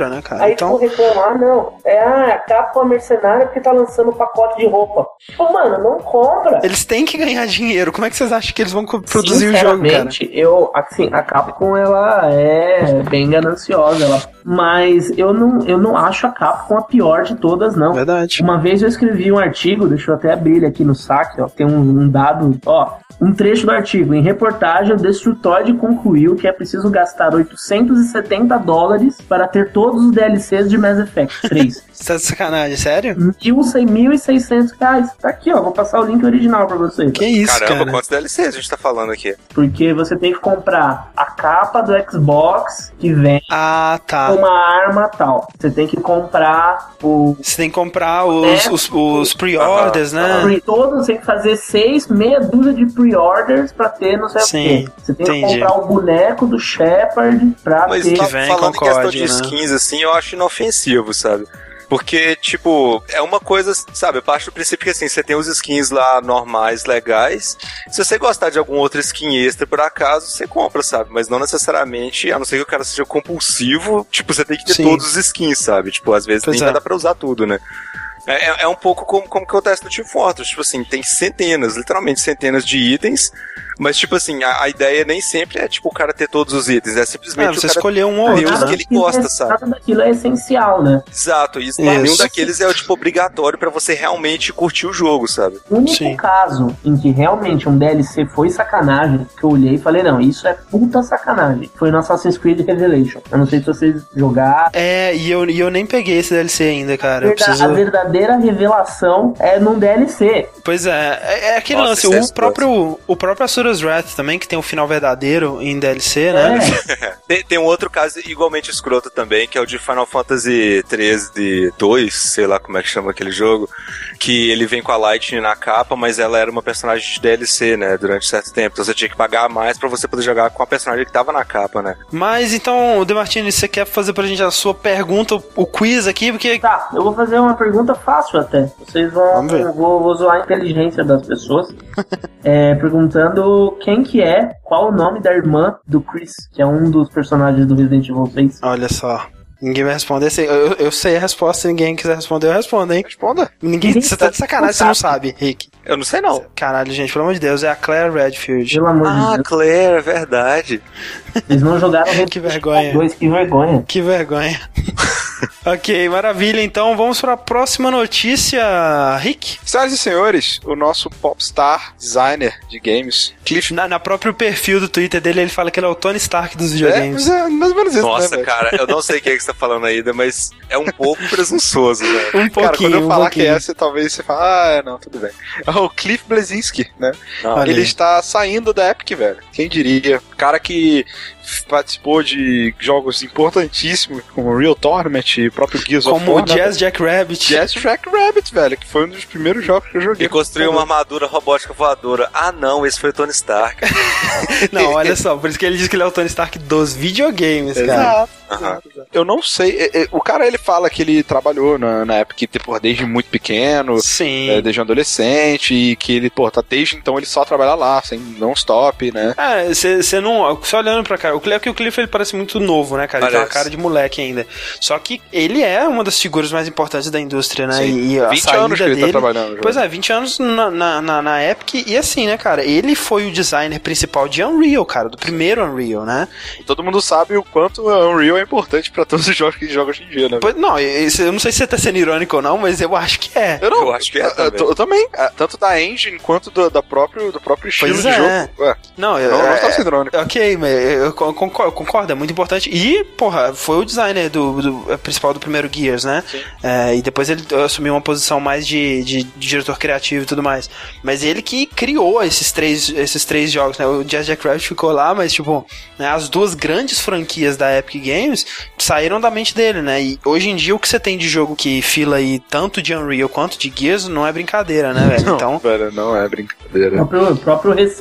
dinheiro, né, cara? Aí Então... tu reclamar, não. É, ah, a Capcom é mercenária porque tá lançando um pacote de roupa. Pô, mano, não compra. Eles têm que ganhar dinheiro. Como é que vocês acham que eles vão produzir o jogo, cara? Sinceramente, eu, assim, a Capcom, ela é bem gananciosa, ela... mas eu não, eu não acho a Capcom a pior de todas, não. Verdade. Uma vez eu escrevi um artigo, deixa eu até abrir ele aqui no saque, ó, tem um, um dado, ó, um trecho do artigo. Em reportagem, o Destructoid concluiu que é preciso gastar oitocentos e setenta dólares para ter todos os D L Cs de Mass Effect três. Você tá de sacanagem, sério? mil e seiscentos reais. Tá aqui, ó, vou passar o link original pra vocês. Que isso, Caramba, cara? quantos D L Cs a gente tá falando aqui? Porque você tem que comprar a capa do Xbox que vem Ah, tá. uma arma tal. Você tem que comprar o... Você tem que comprar os, É. os, os pre-orders, né? Pre- Todos, você tem que fazer seis, meia dúzia de pre-orders pra ter não sei Sim, o quê. Você tem entendi. que comprar o boneco do Shepard pra Mas ter... tá vem falando com em questão código, de né? skins, assim, eu acho inofensivo, sabe? Porque, tipo, é uma coisa, sabe, eu parto do princípio que, assim, você tem os skins lá normais, legais. Se você gostar de algum outro skin extra, por acaso, você compra, sabe? Mas não necessariamente, a não ser que o cara seja compulsivo, tipo, você tem que ter Sim. todos os skins, sabe? Tipo, às vezes Pois nem é. vai dar pra usar tudo, né? É, é- é um pouco como, como que acontece no Team Fortress. Tipo assim, tem centenas, literalmente centenas de itens. Mas, tipo assim, a, a ideia nem sempre é, tipo, o cara ter todos os itens. É É, simplesmente você o cara escolheu um ou ter outro, os né? que ele gosta, sabe? Nada daquilo é essencial, né? Exato, isso. Isso. Nenhum daqueles é, tipo, obrigatório pra você realmente curtir o jogo, sabe? O único Sim. caso em que realmente um D L C foi sacanagem, que eu olhei e falei, não, isso é puta sacanagem, foi no Assassin's Creed Revelation. Eu não sei se vocês jogaram. É, e eu, e eu nem peguei esse D L C ainda, cara. Eu Verda- preciso... A verdadeira revelação é num D L C. Pois é, é, é aquele Nossa, lance, isso é o próprio, o próprio Asura's Wrath também, que tem um final verdadeiro em D L C, né? É. Tem, tem um outro caso igualmente escroto também, que é o de Final Fantasy treze dois, sei lá como é que chama aquele jogo, que ele vem com a Lightning na capa, mas ela era uma personagem de D L C, né, durante certo tempo. Então você tinha que pagar mais pra você poder jogar com a personagem que tava na capa, né? Mas então, Demartini, você quer fazer pra gente a sua pergunta, o quiz aqui, porque... Tá, eu vou fazer uma pergunta fácil até. Vocês vão. Vamos ver. Eu vou, vou zoar a inteligência das pessoas. É, perguntando quem que é, qual o nome da irmã do Chris, que é um dos personagens do Resident Evil seis. Olha só, ninguém vai responder. Eu, eu, eu sei a resposta, se ninguém quiser responder, eu respondo, hein? Responda. Ninguém, você tá de sacanagem, você não sabe, Rick. Eu não sei não. Caralho, gente, pelo amor de Deus, é a Claire Redfield. Pelo amor de Ah, Deus. Claire, é verdade. Eles não jogaram Resident Que Evil vergonha. dois, que vergonha. Que vergonha. Ok, maravilha. Então vamos para a próxima notícia, Rick. Senhoras e senhores, o nosso popstar designer de games, Cliff... Na, na próprio perfil do Twitter dele, ele fala que ele é o Tony Stark dos É, videogames. mas é mais ou menos isso, Nossa, né, velho? cara, eu não sei o que, é que você tá falando ainda, mas é um pouco presunçoso, né? Um pouquinho, Cara, quando eu um falar que pouquinho. é essa, talvez você fale, ah, é, não, tudo bem. É o Cliff Bleszinski, né? Olha Ele aí. está saindo da Epic, velho. Quem diria? Cara que participou de jogos importantíssimos, como Real Tournament e próprio Gears of Como War. o Jazz Jack Rabbit. Jazz Jack Rabbit, velho, que foi um dos primeiros jogos que eu joguei. E construiu uma armadura robótica voadora. Ah, não, esse foi o Tony Stark. Não, olha só, por isso que ele diz que ele é o Tony Stark dos videogames, cara. Exato. Aham. exato, exato. Eu não sei. é, é, O cara ele fala que ele trabalhou na, na Epic tipo, desde muito pequeno, Sim. é, desde um adolescente, e que ele, pô, tá desde então ele só trabalha lá, sem não stop, né? É, você não. Só olhando pra cá, o Cliff, que o Cliff ele parece muito novo, né, cara? Ele tem uma Parece. cara de moleque ainda. Só que ele é uma das figuras mais importantes da indústria, né? Sim. E a vinte saída anos que ele dele. tá trabalhando. já. Pois é, vinte anos na, na, na, na Epic. E assim, né, cara? Ele foi o designer principal de Unreal, cara, do primeiro Unreal, né? Todo mundo sabe o quanto a Unreal é importante pra todos os jogos que a gente joga hoje em dia, né? Pois, não, isso- eu não sei se você tá sendo irônico ou não, mas eu acho que é. Eu, não, Eu acho que é eu, também. eu também. Ah, Tanto da engine quanto do, da próprio, do próprio estilo Pois de é. jogo. Ué, Não, eu, não, não é- tá sendo irônico. Ok, mas eu con- concordo, eu concordo, é muito importante. E, porra, foi o designer do, do- principal do primeiro Gears, né? É, e depois ele assumiu uma posição mais de, de, de diretor criativo e tudo mais. Mas ele que criou esses três, esses três jogos, né? O Jazz Jack Rabbit ficou lá, mas, tipo, né, as duas grandes franquias da Epic Games saíram da mente dele, né? E hoje em dia o que você tem de jogo que fila aí tanto de Unreal quanto de Gears não é brincadeira, né, velho? Não, Então, velho, não é O brincadeira. próprio, o próprio Recesso.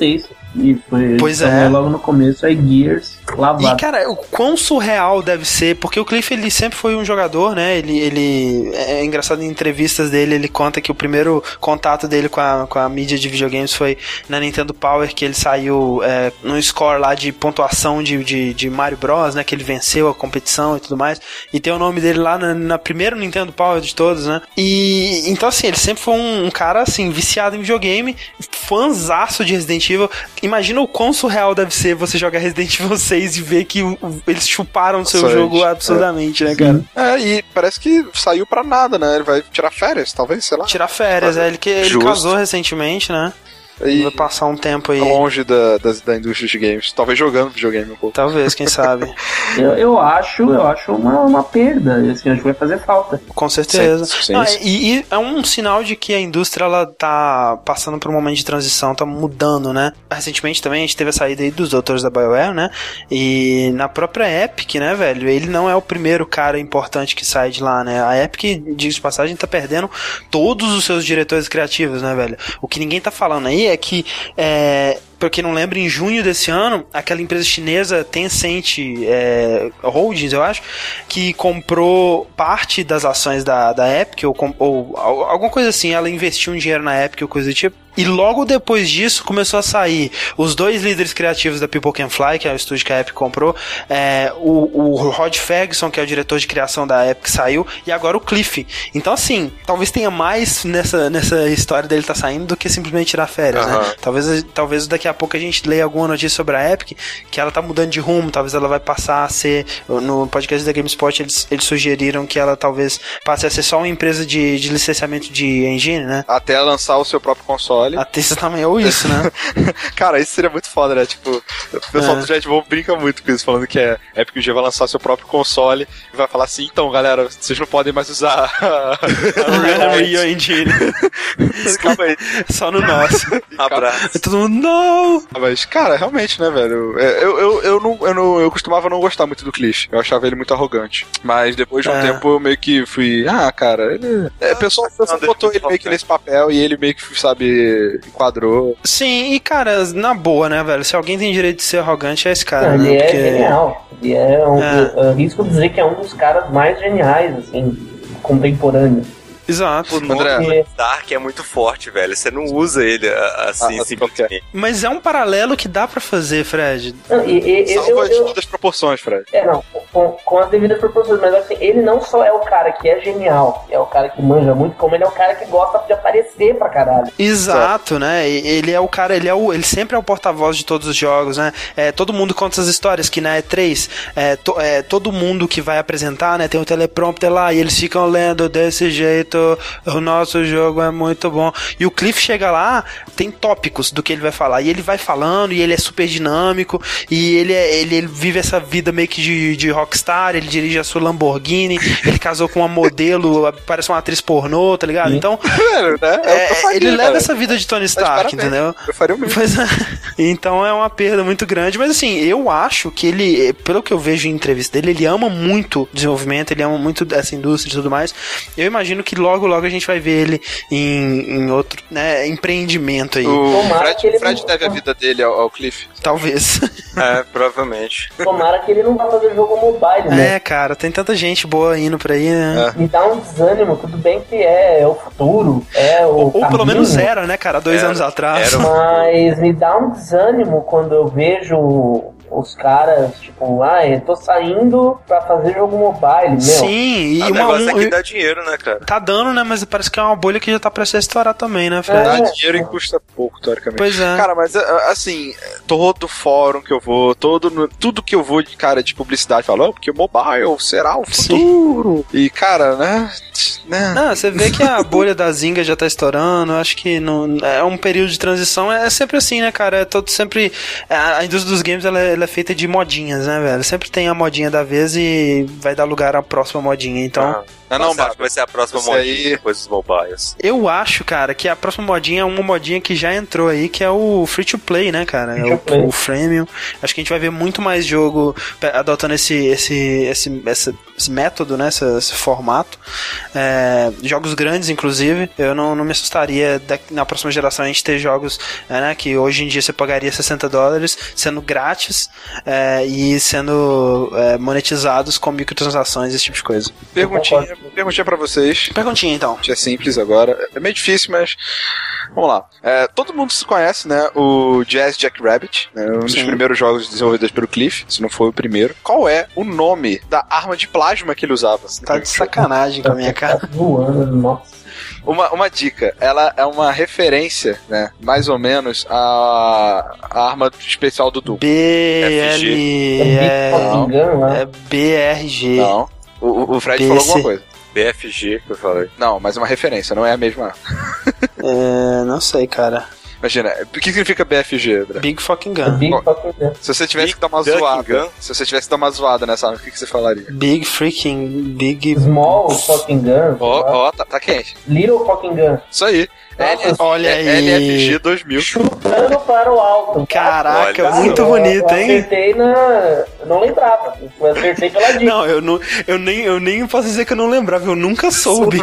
E foi, Pois então, é. logo no começo é Gears lavado. E, cara, o quão surreal deve ser, porque o Cliff, ele sempre foi um jogador, né? Ele, ele é engraçado, em entrevistas dele, ele conta que o primeiro contato dele com a, com a mídia de videogames foi na Nintendo Power, que ele saiu é, num score lá de pontuação de, de, de Mario Bros, né? Que ele venceu a competição e tudo mais. E tem o nome dele lá na, na primeira Nintendo Power de todos, né? E então, assim, ele sempre foi um, um cara, assim, viciado em videogame, fãzaço de Resident Evil. Imagina o quão surreal deve ser você jogar Resident Evil seis e ver que o, o, eles chuparam o seu Nossa, jogo gente, absurdamente, é. né, cara? É, e parece que saiu pra nada, né? Ele vai tirar férias, talvez, sei lá. Tirar férias, é. Ele, que, ele Justo. casou recentemente, né? E Vai passar um tempo aí. longe da, da, da indústria de games. Talvez jogando videogame um pouco. Talvez, quem sabe. Eu, eu acho, eu acho uma, uma perda. Assim, acho que vai fazer falta. Com certeza. Sim, sim, Não, sim. e, e é um sinal de que a indústria, ela tá passando por um momento de transição, tá mudando, né? Recentemente também a gente teve a saída aí dos doutores da BioWare, né? E na própria Epic, né, velho? Ele não é o primeiro cara importante que sai de lá, né? A Epic, diga de passagem, tá perdendo todos os seus diretores criativos, né, velho? O que ninguém tá falando aí é que é, pra quem não lembra, em junho desse ano, aquela empresa chinesa Tencent é, Holdings, eu acho, que comprou parte das ações da, da Epic, ou, ou alguma coisa assim, ela investiu um dinheiro na Epic ou coisa do tipo. E logo depois disso começou a sair os dois líderes criativos da People Can Fly, que é o estúdio que a Epic comprou, é, o, o Rod Ferguson, que é o diretor de criação da Epic, saiu, e agora o Cliff. Então, assim, talvez tenha mais nessa, nessa história dele estar tá saindo do que simplesmente tirar férias, uhum. né? Talvez, talvez daqui a pouco a gente leia alguma notícia sobre a Epic, que ela tá mudando de rumo, talvez ela vai passar a ser, no podcast da GameSpot eles, eles sugeriram que ela talvez passe a ser só uma empresa de, de licenciamento de engine, né? Até lançar o seu próprio console. Até isso também, ou isso, né? Cara, isso seria muito foda, né? Tipo, o pessoal é. do Jet Ball brinca muito com isso, falando que é Epic G vai lançar seu próprio console e vai falar assim, então, galera, vocês não podem mais usar a Unreal Engine. Desculpa aí. Só no nosso. Abraço. Todo mundo, não! Mas, cara, realmente, né, velho? Eu, eu, eu, não, eu, não, eu costumava não gostar muito do Cliff. Eu achava ele muito arrogante. Mas depois de um é. tempo eu meio que fui, ah, cara, ele... É, o pessoal, o pessoal botou ele meio que nesse papel e ele meio que, sabe, enquadrou. Sim, e, cara, na boa, né, velho? Se alguém tem direito de ser arrogante, é esse cara. Não, né? ele Porque... é genial. Ele é um... É. Eu arrisco dizer que é um dos caras mais geniais, assim, contemporâneos. Exato. O nome André. Dark é muito forte, velho. Você não usa ele assim, Ah, simplesmente. Mas é um paralelo que dá pra fazer, Fred. Não, e, e, eu, Salva as eu, devidas proporções, Fred. É, não, com, com as devidas proporções, mas assim, ele não só é o cara que é genial, é o cara que manja muito, como ele é o cara que gosta de aparecer pra caralho. Exato, né? E ele é o cara, ele é o, ele sempre é o porta-voz de todos os jogos, né? É, todo mundo conta essas histórias que na E três, é, to, é, todo mundo que vai apresentar, né, tem um teleprompter lá e eles ficam lendo desse jeito, o nosso jogo é muito bom. E o Cliff chega lá, tem tópicos do que ele vai falar, e ele vai falando, e ele é super dinâmico, e ele, é, ele, ele vive essa vida meio que de, de rockstar, ele dirige a sua Lamborghini, ele casou com uma modelo, parece uma atriz pornô, tá ligado? Então, Velho, né? é, faria, ele leva cara. essa vida de Tony Stark, entendeu? Eu faria o mesmo. Pois é. Então é uma perda muito grande, mas assim, eu acho que ele, pelo que eu vejo em entrevista dele, ele ama muito desenvolvimento, ele ama muito essa indústria e tudo mais. Eu imagino que logo, logo a gente vai ver ele em, em outro, né, empreendimento aí. O Tomara Fred, que ele Fred não- deve a vida dele ao, ao Cliff. Talvez. É, provavelmente. Tomara que ele não vá fazer jogo mobile, né? É, cara, tem tanta gente boa indo por aí, né? É. Me dá um desânimo, tudo bem que é, é o futuro, é o Ou, ou pelo caminho, menos era, né, cara, dois Era- anos atrás. era um- Mas me dá um desânimo quando eu vejo os caras, tipo, ah, eu tô saindo pra fazer jogo mobile, meu. Sim, e o uma, negócio um, é que dá dinheiro, né, cara? tá dando, né, mas parece que é uma bolha que já tá prestes a estourar também, né, Fred? É. Dá dinheiro e custa pouco, teoricamente. Pois é. Cara, mas assim, todo fórum que eu vou, todo no- tudo que eu vou de cara de publicidade falou, porque o mobile será o futuro. E, cara, né? né? Não, você vê que a bolha da Zynga já tá estourando, eu acho que não, é um período de transição, é sempre assim, né, cara, é todo sempre, a indústria dos games, ela é, ela é feita de modinhas, né, velho, sempre tem a modinha da vez e vai dar lugar à próxima modinha, então, Ah. Não, não, Qual vai ser a próxima Esse modinha aí- depois dos mobiles? Eu acho, cara, que a próxima modinha é uma modinha que já entrou aí, que é o free to play, né, cara? Free É to o, play. o freemium. Acho que a gente vai ver muito mais jogo pe- adotando esse, esse, esse, esse, esse método, né, esse, esse formato. É, jogos grandes, inclusive. Eu não, não me assustaria da- na próxima geração a gente ter jogos, é, né, que hoje em dia você pagaria sessenta dólares, sendo grátis é, e sendo é, monetizados com microtransações, esse tipo de coisa. Perguntinha, perguntinha pra vocês. Perguntinha, então. É simples agora. É meio difícil, mas vamos lá. É, todo mundo se conhece, né? O Jazz Jackrabbit, né, um dos Sim. primeiros jogos desenvolvidos pelo Cliff, se não foi o primeiro. Qual é o nome da arma de plasma que ele usava? Tá de sacanagem com a minha cara. Tá voando, nossa. Uma, uma dica, ela é uma referência, né? Mais ou menos a, a arma especial do Doom. B L É é, Big Fucking Gun lá. é B R G. Não. O, o Fred B C. falou alguma coisa. B F G que eu falei. Não, mas é uma referência, não é a mesma arma. É, não sei, cara. Imagina, o que significa B F G, André? Big fucking É gun. Big Bom, Fucking Gun. Se você tivesse Big que dar uma Ducking zoada, Gun? se você tivesse que dar uma zoada nessa arma, o que, que você falaria? Big freaking big. Small Fucking Gun. Ó, sei lá. ó, tá, tá quente. Little Fucking Gun. Isso aí. Nossa, Olha É aí. L F G dois mil. Chutando para o alto. Caraca, Olha muito Eu- bonito, eu hein? acertei na... Eu não lembrava. Eu acertei pela dica. Não, eu, não, eu, nem, eu nem posso dizer que eu não lembrava, eu nunca soube.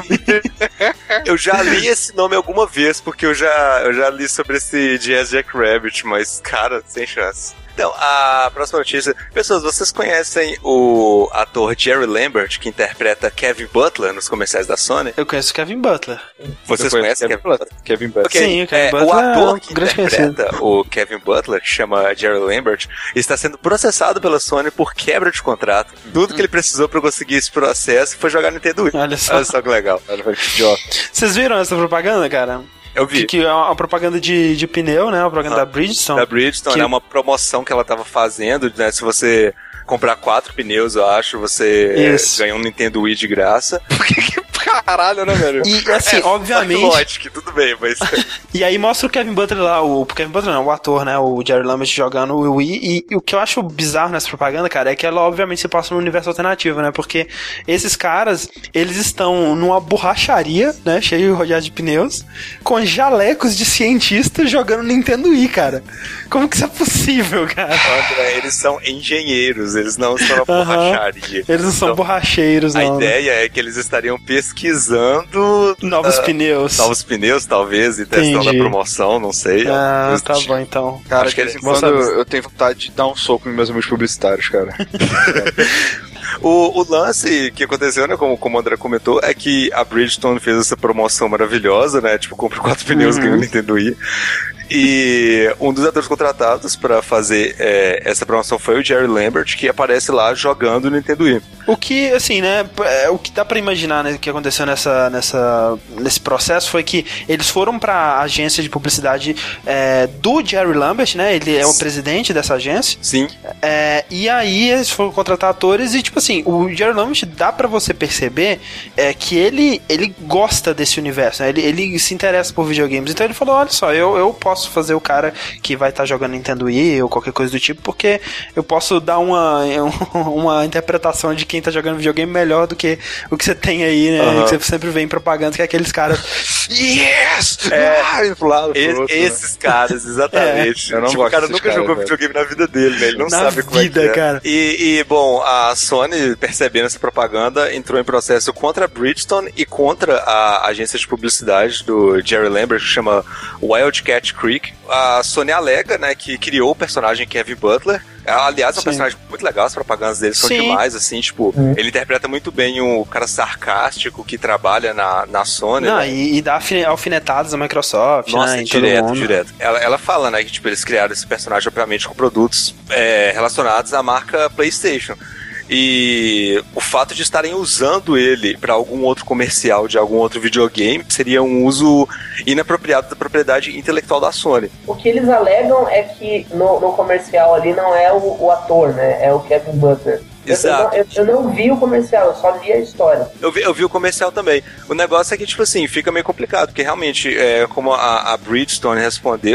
Eu já li esse nome alguma vez, porque eu já, eu já li sobre esse Jazz Jackrabbit, mas, cara, sem chance. Então, a próxima notícia. Pessoas, vocês conhecem o ator Jerry Lambert, que interpreta Kevin Butler nos comerciais da Sony? Eu conheço o Kevin Butler. Vocês Eu conhecem Kevin Kevin Butler? Kevin Butler. Ok, Sim, o Kevin é, Butler o é ator um que grande interpreta o Kevin Butler, que chama Jerry Lambert, está sendo processado pela Sony por quebra de contrato. Tudo que ele precisou para conseguir esse processo foi jogar no Nintendo Wii. Olha só. Olha só que legal. Olha, velho, que idiota. Vocês viram essa propaganda, cara? Eu vi. Que, que é uma propaganda de, de pneu, né? Uma propaganda Ah, da Bridgestone. Da Bridgestone, que- é uma promoção que ela tava fazendo, né? Se você comprar quatro pneus, eu acho, você Isso. ganha um Nintendo Wii de graça. Caralho, né, velho? E assim, obviamente. Lógico, tudo bem, mas... E aí mostra o Kevin Butler lá, o o Kevin Butler não, o ator, né, o Jerry Lambert jogando o Wii, e, e o que eu acho bizarro nessa propaganda, cara, é que ela obviamente se passa num universo alternativo, né, porque esses caras, eles estão numa borracharia, né, cheio rodeado de pneus, com jalecos de cientistas jogando Nintendo Wii, cara. Como que isso é possível, cara? André, eles são engenheiros, eles não são uma Aham. borracharia. Eles não são Então, borracheiros, A não. ideia é que eles estariam pesquisando Novos ah, pneus. novos pneus, talvez, e testando Entendi. a promoção, não sei. Ah, Eles- tá bom, então. Cara, Acho de que vez em eles quando vão eu, saber. eu tenho vontade de dar um soco nos meus amigos publicitários, cara. O, o lance que aconteceu, né, como, como o André comentou, é que a Bridgestone fez essa promoção maravilhosa, né, tipo, compre quatro pneus, Uhum. ganha o Nintendo Wii. E um dos atores contratados pra fazer é, essa promoção foi o Jerry Lambert, que aparece lá jogando o Nintendo Wii. O que, assim, né, é, o que dá pra imaginar, né, que aconteceu nessa, nessa, nesse processo foi que eles foram pra agência de publicidade é, do Jerry Lambert, né, ele é o presidente dessa agência, Sim, é, e aí eles foram contratar atores e, tipo assim, o Jerry Lambert dá pra você perceber é, que ele, ele gosta desse universo, né, ele, ele se interessa por videogames, então ele falou, olha só, eu, eu posso fazer o cara que vai estar jogando Nintendo Wii ou qualquer coisa do tipo, porque eu posso dar uma, uma interpretação de quem tá jogando videogame melhor do que o que você tem aí, né? Uhum. Que você sempre vê em propaganda, que é aqueles caras. Yes! É. Ah, indo pro lado, pro Es- outro, né? esses caras, exatamente. É, eu não tipo, gosto o cara desses nunca caras, jogou velho. videogame na vida dele, né? Ele não Na sabe como vida, é que é. cara. E, e, bom, a Sony, percebendo essa propaganda, entrou em processo contra a Bridgestone e contra a agência de publicidade do Jerry Lambert, que chama Wildcat Creek. A Sony alega, né, que criou o personagem Kevin Butler. Aliás, é um Sim. personagem muito legal, as propagandas dele são Sim. demais, assim, tipo, Hum. ele interpreta muito bem um cara sarcástico que trabalha na, na Sony, Não, né? e, e dá alfine- alfinetadas da Microsoft, Nossa, né? Em todo direto, mundo. direto. Ela, ela fala, né, que tipo, eles criaram esse personagem, obviamente, com produtos é, relacionados à marca PlayStation. E o fato de estarem usando ele para algum outro comercial de algum outro videogame seria um uso inapropriado da propriedade intelectual da Sony. O que eles alegam é que no, no comercial ali não é o, o ator, né? É o Kevin Butler. Eu- Exato. Eu, eu, eu não vi o comercial, eu só li a história. Eu vi, eu vi o comercial também. O negócio é que, tipo assim, fica meio complicado, porque realmente, é, como a, a Bridgestone respondeu,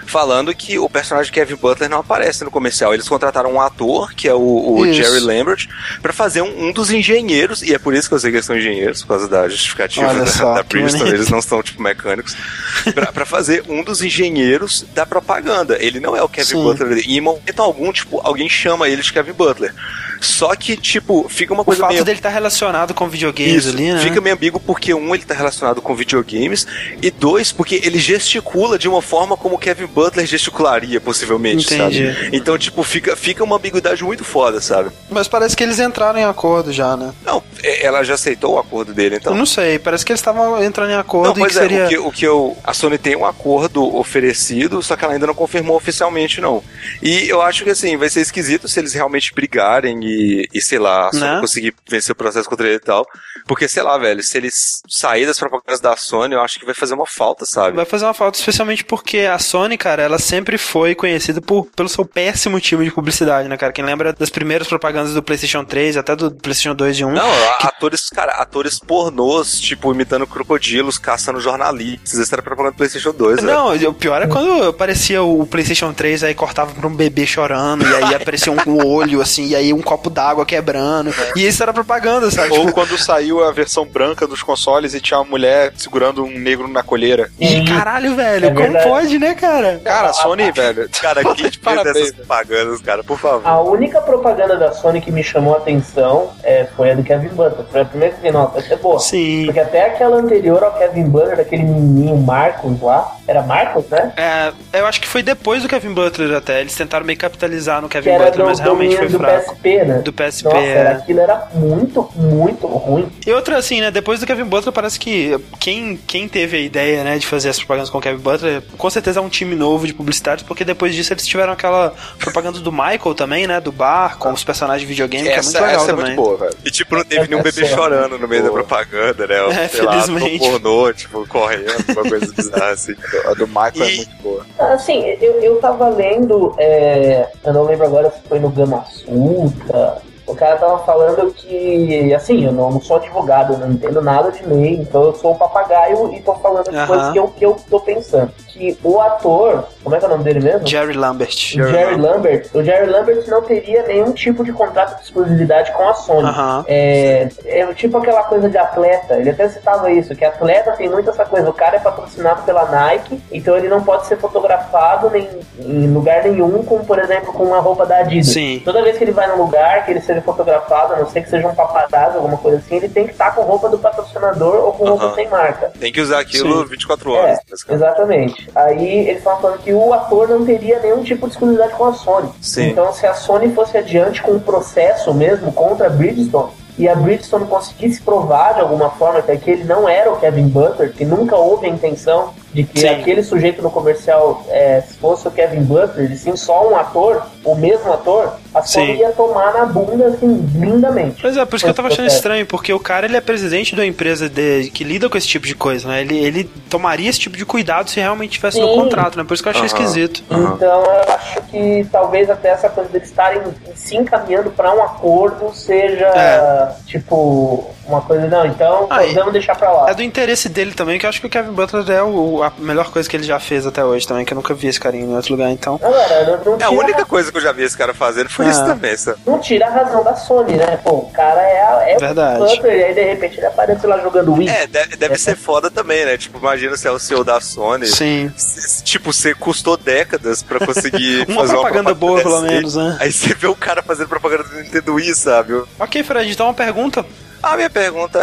falando que o personagem Kevin Butler não aparece no comercial. Eles contrataram um ator, que é o, o Jerry Lambert, pra fazer um, um dos engenheiros, e é por isso que eu sei que eles são engenheiros, por causa da justificativa Olha da, só, da que Princeton, bonito. eles não são, tipo, mecânicos, pra, pra fazer um dos engenheiros da propaganda. Ele não é o Kevin Sim. Butler, e em momento algum, tipo, alguém chama ele de Kevin Butler. Só que, tipo, fica uma O coisa fato meio... dele estar relacionado com videogames Isso, ali, né? fica meio ambíguo porque, um, ele tá relacionado com videogames, e dois, porque ele gesticula de uma forma como Kevin Butler gesticularia, possivelmente, Entendi. sabe? Então, tipo, fica, fica uma ambiguidade muito foda, sabe? Mas parece que eles entraram em acordo já, né? Não, é- ela já aceitou o acordo dele, então. Eu não sei, parece que eles estavam entrando em acordo Não, e pois que é, seria... o que, o que eu... A Sony tem um acordo oferecido, só que ela ainda não confirmou oficialmente, não. E eu acho que, assim, vai ser esquisito se eles realmente brigarem e, e sei lá, a Sony Né? conseguir vencer o processo contra ele e tal. Porque, sei lá, velho, se eles saírem das propagandas da Sony, eu acho que vai fazer uma falta, sabe? Vai fazer uma falta, especialmente porque a Sony, cara, ela sempre foi conhecida por, pelo seu péssimo time de publicidade, né, cara? Quem lembra das primeiras propagandas do PlayStation três, até do PlayStation dois e um. Não, atores, cara, atores pornôs, tipo, imitando crocodilos, caçando jornalistas. Isso era propaganda do PlayStation dois, né? Não, o pior é quando aparecia o PlayStation três, aí cortava pra um bebê chorando, e aí aparecia um, um olho, assim, e aí um copo d'água quebrando. E isso era propaganda, sabe? Ou Tipo, quando saiu a versão branca dos consoles e tinha uma mulher segurando um negro na colheira. e caralho, velho, É como verdade. pode, né, cara? Cara, a Sony, velho. Cara, quem fez Parabéns, essas velho. propagandas, cara, por favor. A única propaganda da Sony que me chamou a atenção é, foi a do Kevin Butler. Foi a primeira que eu falei, nossa, essa é boa. Sim. Porque até aquela anterior ao Kevin Butler, daquele menininho Marcos lá, era Marcos, né? É, eu acho que foi depois do Kevin Butler até. Eles tentaram meio capitalizar no Que Kevin era Butler, do, mas do realmente menino foi do P S fraco. P, né? Do P S P, Nossa, era, é. aquilo era muito, muito ruim. E outra, assim, né, depois do Kevin Butler, parece que quem, quem teve a ideia, né, de fazer as propagandas com o Kevin Butler, com certeza é um time novo de publicitários, porque depois disso eles tiveram aquela propaganda do Michael também, né, do bar, com os personagens de videogame, Essa, que é muito legal essa é também. muito boa, velho. E, tipo, não teve nenhum bebê Essa é chorando no meio boa. da propaganda, né? É, Sei lá, felizmente. no pornô, tipo, correndo, uma coisa bizarra, assim. A do Michael é E- muito boa. Assim, eu, eu tava lendo, é, eu não lembro agora se foi no Gama Sutra. O cara tava falando que, assim, eu não, não sou advogado, eu não entendo nada de lei, então eu sou um papagaio e tô falando as Aham. coisas que eu, que eu tô pensando. Que o ator, como é que é o nome dele mesmo? Jerry Lambert. O Jerry Lambert, o Jerry Lambert não teria nenhum tipo de contrato de exclusividade com a Sony. Aham. É, é tipo aquela coisa de atleta, ele até citava isso, que atleta tem muito essa coisa, o cara é patrocinado pela Nike, então ele não pode ser fotografado nem, em lugar nenhum, como por exemplo com uma roupa da Adidas. Sim. Toda vez que ele vai num lugar, que ele seja fotografado, a não ser que seja um paparazzo, alguma coisa assim, ele tem que estar com roupa do patrocinador ou com roupa Aham. sem marca. Tem que usar aquilo Sim. vinte e quatro horas. É, exatamente. Aí eles estavam falando que o ator não teria nenhum tipo de exclusividade com a Sony. Sim. Então, se a Sony fosse adiante com um processo mesmo contra a Bridgestone, e a Bridgestone conseguisse provar de alguma forma que aquele não era o Kevin Butler, que nunca houve a intenção de que Sim. aquele sujeito no comercial é, fosse o Kevin Butler, e sim só um ator, o mesmo ator, a Sony Sim. ia tomar na bunda, assim, lindamente. Pois é, por isso que eu tava achando Esse estranho, porque o cara, ele é presidente de uma empresa de, que lida com esse tipo de coisa, né? Ele, ele tomaria esse tipo de cuidado se realmente tivesse no Sim. contrato, né? Por isso que eu achei Aham. esquisito. Então eu acho que talvez até essa coisa deles estarem se encaminhando para um acordo seja É. tipo uma coisa, não, então Ah, e- vamos deixar pra lá. É do interesse dele também, que eu acho que o Kevin Butler é o, a melhor coisa que ele já fez até hoje também, que eu nunca vi esse carinha em outro lugar, então. Galera, não, não, É, a tira, única coisa que eu já vi esse cara fazendo foi Ah. isso também, sabe? não tira a razão da Sony, né? Pô, o cara é, a- é Verdade. o Butler, e aí de repente ele aparece lá jogando Wii. É, deve, deve ser foda também, né? Tipo, imagina se é o C E O da Sony. Sim. S- Tipo, você custou décadas pra conseguir Uma fazer propaganda uma boa, pelo decente. menos, né? Aí você vê o cara fazendo propaganda do Nintendo Wii, sabe? Ok, Fred, então uma pergunta. A minha pergunta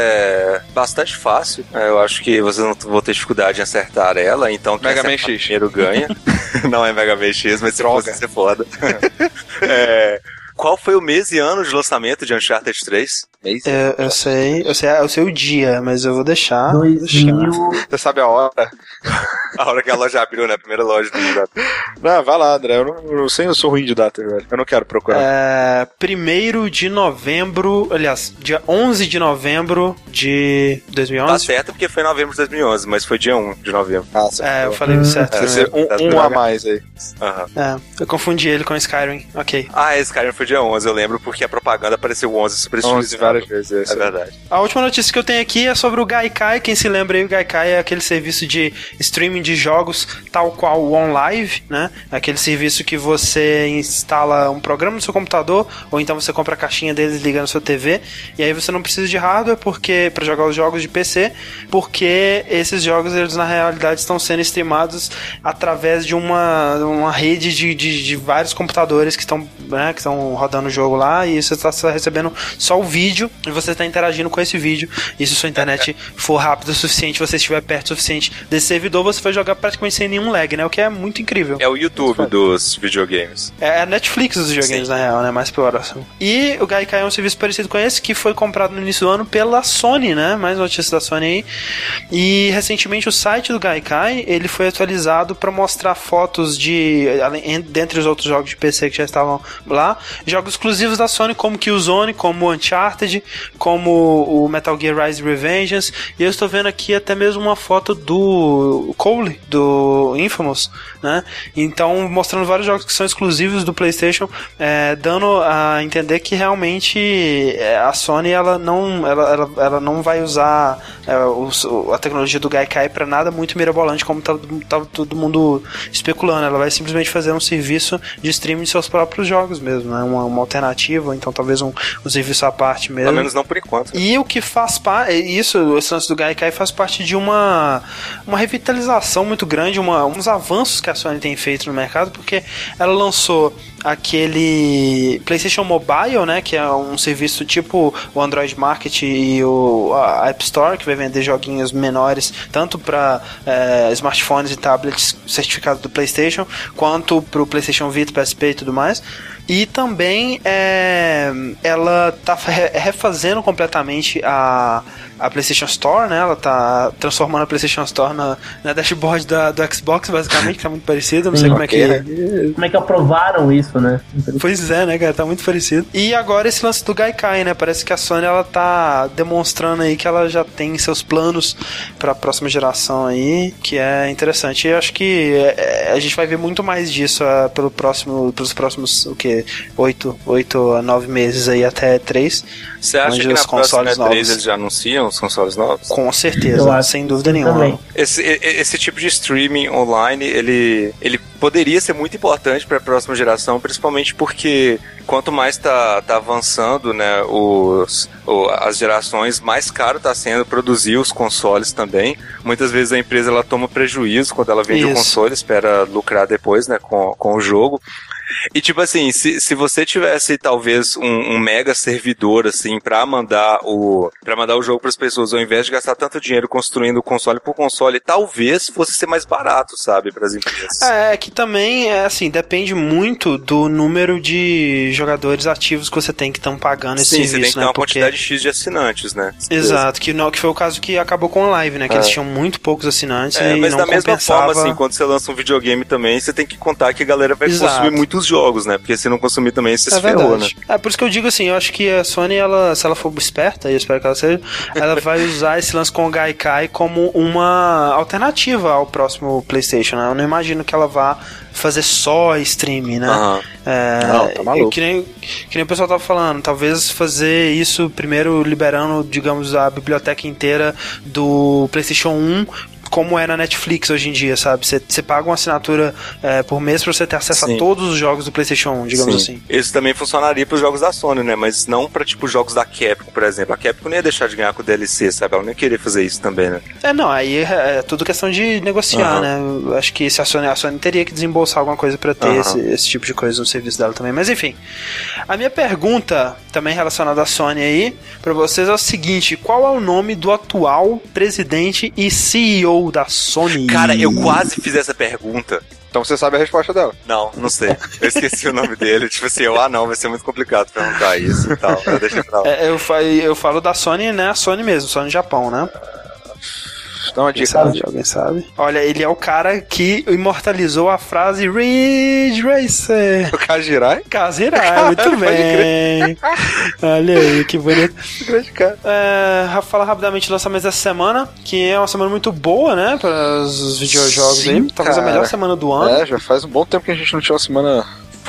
é bastante fácil. É, Eu acho que vocês não vão ter dificuldade em acertar ela, então quem Mega Man acertar X. primeiro ganha. Não é Mega Man X, mas se Droga. fosse ser foda. É, qual foi o mês e ano de lançamento de Uncharted três? Mês? Eu, eu sei, eu sei, eu sei o dia, mas eu vou deixar. dois deixar. mil. Você sabe a hora? A hora que a loja abriu, né? A primeira loja do mundo. Não, vai lá, André. Eu não, eu não sei, eu sou ruim de data, velho. Eu não quero procurar. É, primeiro de novembro, aliás, dia onze de novembro de dois mil e Tá onze. certo porque foi em novembro de dois mil e onze, mas foi dia um de novembro. Ah, você É, eu falei certo. É, Deve ser primeiro. um, um a mais aí. Aham. É, eu confundi ele com Skyrim. Ok. Ah, esse cara foi dia onze, eu lembro, porque a propaganda apareceu onze super onze várias vezes. É É, verdade. A última notícia que eu tenho aqui é sobre o Gaikai. Quem se lembra aí, o Gaikai é aquele serviço de streaming de de jogos tal qual o OnLive, né? Aquele serviço que você instala um programa no seu computador, ou então você compra a caixinha deles e liga na sua T V, e aí você não precisa de hardware porque para jogar os jogos de P C, porque esses jogos, eles na realidade estão sendo streamados através de uma, uma rede de, de, de vários computadores que estão, né, que estão rodando o jogo lá, e você está recebendo só o vídeo e você está interagindo com esse vídeo. E se sua internet for rápida o suficiente, você estiver perto o suficiente desse servidor, você vai jogar praticamente sem nenhum lag, né? O que é muito incrível. É o YouTube dos videogames. É a Netflix dos videogames, Sim. na real, né? Mais pior assim. E o Gaikai é um serviço parecido com esse, que foi comprado no início do ano pela Sony, né? Mais notícias da Sony aí. E recentemente o site do Gaikai, ele foi atualizado para mostrar fotos de, dentre os outros jogos de P C que já estavam lá, jogos exclusivos da Sony, como Killzone, como Uncharted, como o Metal Gear Rise Revengeance, e eu estou vendo aqui até mesmo uma foto do Cole, do Infamous, né? Então, mostrando vários jogos que são exclusivos do PlayStation, é, dando a entender que realmente a Sony, ela não, ela, ela, ela não vai usar é, o, a tecnologia do Gaikai para nada muito mirabolante, como tá, tá todo mundo especulando. Ela vai simplesmente fazer um serviço de streaming de seus próprios jogos mesmo, né? Uma, uma alternativa, então talvez um, um serviço à parte mesmo. Pelo menos não por enquanto. E o que faz parte, isso, esse lance do Gaikai faz parte de uma, uma revitalização muito grande, uma, uns avanços que a Sony tem feito no mercado, porque ela lançou aquele PlayStation Mobile, né, que é um serviço tipo o Android Market e o a App Store, que vai vender joguinhos menores tanto para é, smartphones e tablets certificados do PlayStation, quanto para o PlayStation Vita, P S P e tudo mais. E também é, ela tá refazendo completamente a, a PlayStation Store, né? Ela tá transformando a PlayStation Store na, na dashboard da, do Xbox, basicamente, que tá muito parecido. Não sei Sim, como okay. é que é. Como é que aprovaram isso, né? Pois é, né, cara? Tá muito parecido. E agora esse lance do Gaikai, né? Parece que a Sony, ela tá demonstrando aí que ela já tem seus planos pra próxima geração aí, que é interessante. E eu acho que é, a gente vai ver muito mais disso é, pelo próximo, pelos próximos, o quê? Oito, oito a nove meses aí até três. Você acha que na próxima E três eles já anunciam os consoles novos? Com certeza, sem dúvida nenhuma. Esse, esse tipo de streaming online, ele, ele poderia ser muito importante para a próxima geração, principalmente porque quanto mais tá, tá avançando, né, os, o, as gerações, mais caro tá sendo produzir os consoles também. Muitas vezes a empresa ela toma prejuízo quando ela vende o console, espera lucrar depois, né, com, com o jogo. E tipo assim, se, se você tivesse talvez um, um mega servidor assim pra mandar o para mandar o jogo pras pessoas, ao invés de gastar tanto dinheiro construindo console por console, talvez fosse ser mais barato, sabe, pras empresas. É, que também é assim, depende muito do número de jogadores ativos que você tem que estão pagando esse Sim, serviço, você tem que né? ter uma Porque... quantidade X de assinantes, né? Exato, que, não, que foi o caso que acabou com o Live, né? Que é. eles tinham muito poucos assinantes é, e mas não da mesma compensava... forma, assim, quando você lança um videogame também, você tem que contar que a galera vai Exato. consumir muitos jogos, né? Porque se não consumir também, você é se ferrou, né? É por isso que eu digo assim, eu acho que a Sony, ela, se ela for esperta, e eu espero que ela seja, ela vai usar esse lance com o Gaikai como uma alternativa ao próximo PlayStation, né? Eu não imagino que ela vá fazer só streaming, né? Uhum. É, não, tá maluco. Que nem, que nem o pessoal tava falando, talvez fazer isso primeiro liberando, digamos, a biblioteca inteira do PlayStation um, como é na Netflix hoje em dia, sabe? Você paga uma assinatura é, por mês pra você ter acesso Sim. a todos os jogos do PlayStation um, digamos Sim. assim. Isso também funcionaria pros jogos da Sony, né? Mas não pra, tipo, jogos da Capcom, por exemplo. A Capcom não ia deixar de ganhar com o D L C, sabe? Ela não ia querer fazer isso também, né? É, não, aí é, é tudo questão de negociar, uhum. né? Eu acho que se a Sony, a Sony teria que desembolsar alguma coisa pra ter uhum. esse, esse tipo de coisa no serviço dela também. Mas enfim, a minha pergunta, também relacionada à Sony aí, pra vocês é o seguinte: qual é o nome do atual presidente e C E O da Sony? Cara, eu quase fiz essa pergunta. Então você sabe a resposta dela? Não, não sei. Eu esqueci o nome dele. Tipo assim, eu, ah não, vai ser muito complicado perguntar isso e tal. Eu deixei pra lá. É, eu, falo, eu falo da Sony, né? A Sony mesmo, Sony Japão, né? Dá uma dica. Alguém sabe? Alguém sabe? Olha, ele é o cara que imortalizou a frase Ridge Racer. O Kajirai? Kajirai, muito bem. Olha aí, que bonito. Grande cara. É, falar rapidamente do lançamento dessa semana, que é uma semana muito boa, né? Para os videojogos. Sim, aí. Talvez cara. a melhor semana do ano. É, já faz um bom tempo que a gente não tinha uma semana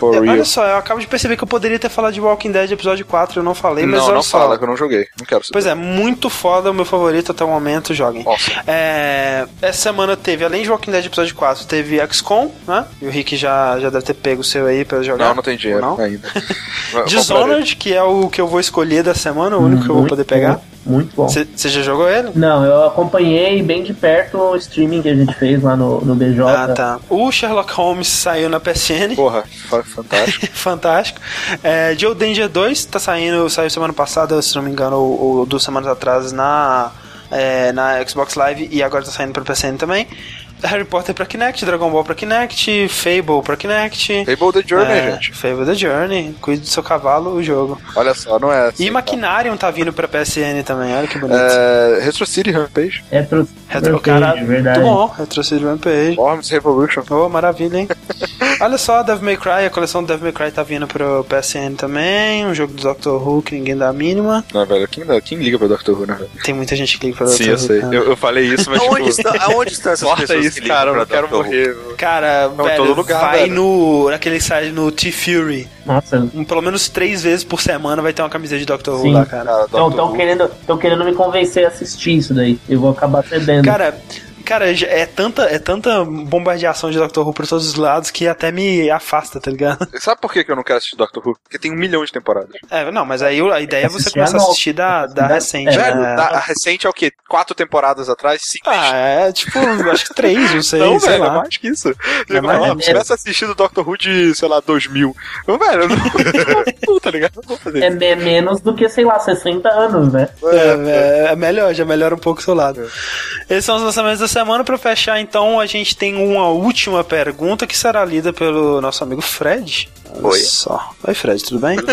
For É, real. olha só, eu acabo de perceber que eu poderia ter falado de Walking Dead episódio quatro, eu não falei, mas Não, olha não só. fala, que eu não joguei. Não quero saber. Pois é, muito foda, o meu favorito até o momento, joguem. Nossa. É, essa semana teve, além de Walking Dead episódio quatro, teve X COM, né? E o Rick já, já deve ter pego o seu aí pra jogar. Não, não tem dinheiro Ou não? ainda. Dishonored, que é o que eu vou escolher da semana, o único que eu vou Muito poder pegar. bom, Muito bom. Você já jogou ele? Não, eu acompanhei bem de perto o streaming que a gente fez lá no, no B J. Ah, tá. O Sherlock Holmes saiu na P S N. Porra, fa- fantástico. Fantástico. É, Joe Danger dois tá saindo, saiu semana passada, se não me engano, ou, ou duas semanas atrás na, é, na Xbox Live e agora tá saindo pra P S N também. Harry Potter pra Kinect, Dragon Ball pra Kinect, Fable pra Kinect. Fable The Journey, é, gente. Fable The Journey. Cuide do seu cavalo, o jogo. Olha só, não é assim. E Machinarium tá vindo pra P S N também, olha que bonito. É, Retro City Rampage. Retro, Retro, Rampage, cara, verdade. muito bom. Retro City Rampage. Worms Revolution. Oh, maravilha, hein? Olha só, Devil May Cry, a coleção do Devil May Cry tá vindo pro P S N também. Um jogo do Doctor Who que ninguém dá a mínima. Não, velho, quem, dá- quem liga pra Doctor Who, né, velho? Tem muita gente que liga pra Sim, Doctor eu Who, sei. cara. Eu, eu falei isso, mas Aonde, tipo... está, aonde estão essas Corta pessoas isso, que ligam cara, eu pra não quero Doctor Who? morrer. Cara, Não, em velho, todo lugar, vai velho. no naquele site no T-Fury. Nossa, Um, pelo menos três vezes por semana vai ter uma camiseta de Doctor Who Sim. lá, cara. Cara, então Doctor estão Who. querendo, tão querendo me convencer a assistir isso daí. Eu vou acabar cedendo. Cara, cara, já- é tanta, é tanta bombardeação de Doctor Who por todos os lados que até me afasta, tá ligado? Sabe por que que eu não quero assistir Doctor Who? Porque tem um milhão de temporadas. É, não, mas aí a ideia é você Assistir começar a a nova. assistir da, da Da- recente, é, Velho, né? da- a recente é o quê? Quatro temporadas atrás? Cinco? Ah, é tipo, acho que três, não sei, não, sei velho, é lá. mais que isso. Eu, mais ó, que começa a assistir do Doctor Who de, sei lá, dois mil. Eu, velho, eu não... não, tá ligado? Não vou fazer É isso. me- menos do que, sei lá, sessenta anos, né? É, é, é melhor, já melhora um pouco o seu lado. Esses são os lançamentos da semana. Pra fechar, então, a gente tem uma última pergunta que será lida pelo nosso amigo Fred. Olha Oi. só. Oi, Fred, tudo bem?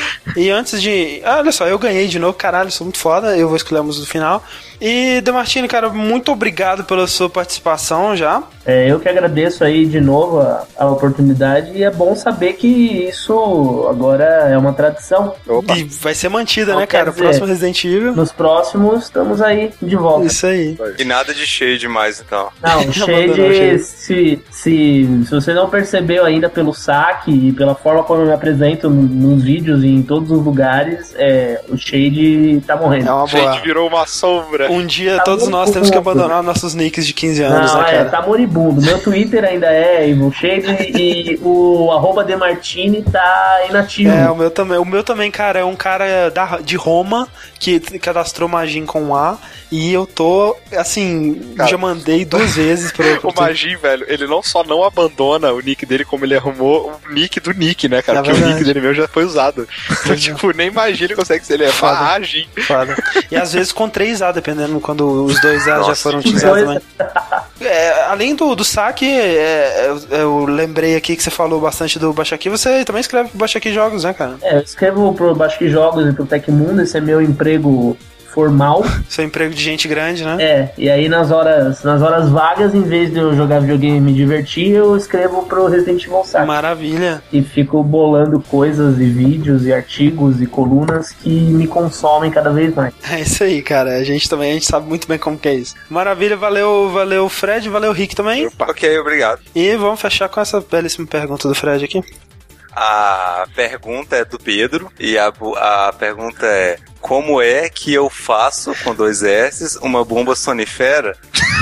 E antes de... Ah, olha só, eu ganhei de novo, caralho, sou muito foda. Eu vou escolher a música do final. E, Demartini, cara, muito obrigado pela sua participação já. É, eu que agradeço aí de novo a, a oportunidade e é bom saber que isso agora é uma tradição. Opa. E vai ser mantida, Então, né, quer cara? dizer- Próximo Resident Evil. Nos próximos, estamos aí de volta. Isso aí. E nada de cheio demais, então. Não, Abandonou, Shade, Shade. se, se, se você não percebeu ainda pelo saque e pela forma como eu me apresento no- nos vídeos e em todos os lugares, é, o Shade tá É morrendo. uma boa. Gente, virou uma sombra. Um dia Tá todos muito nós temos que fofo. abandonar nossos nicks de quinze anos, Não, né, é, cara? tá moribundo. Meu Twitter ainda é Evil Shade e o arroba Demartini tá inativo. É, o meu também. O meu também, cara, é um cara da, de Roma que cadastrou Magin com A e eu tô, assim, Cara. já mandei duas vezes pro... pro O Magin, velho, ele não só não abandona o nick dele, como ele arrumou o nick do nick, né, cara? É Porque o verdade. nick dele mesmo já foi usado. Então, tipo, nem imagina ele consegue ser. Ele é Foda. Magin. Foda. E às vezes com três A, dependendo quando os dois A já Nossa, foram Os utilizados dois- também. É, além do, do saque, é, eu, eu lembrei aqui que você falou bastante do Baixa Aqui, você também escreve pro Baixa Aqui Jogos, né, cara? É, eu escrevo pro Basque Jogos e pro Tecmundo, esse é meu emprego formal. Seu emprego de gente grande, né? É, e aí nas horas, nas horas vagas, em vez de eu jogar videogame e me divertir, eu escrevo pro Resident Evil Saque. Maravilha. E fico bolando coisas e vídeos e artigos e colunas que me consomem cada vez mais. É isso aí, cara. A gente também, a gente sabe muito bem como que é isso. Maravilha, valeu, valeu Fred, valeu Rick também. Ok, obrigado. E vamos fechar com essa belíssima pergunta do Fred aqui. A pergunta é do Pedro e a, bu- a pergunta é: como é que eu faço, com dois S, uma bomba sonifera?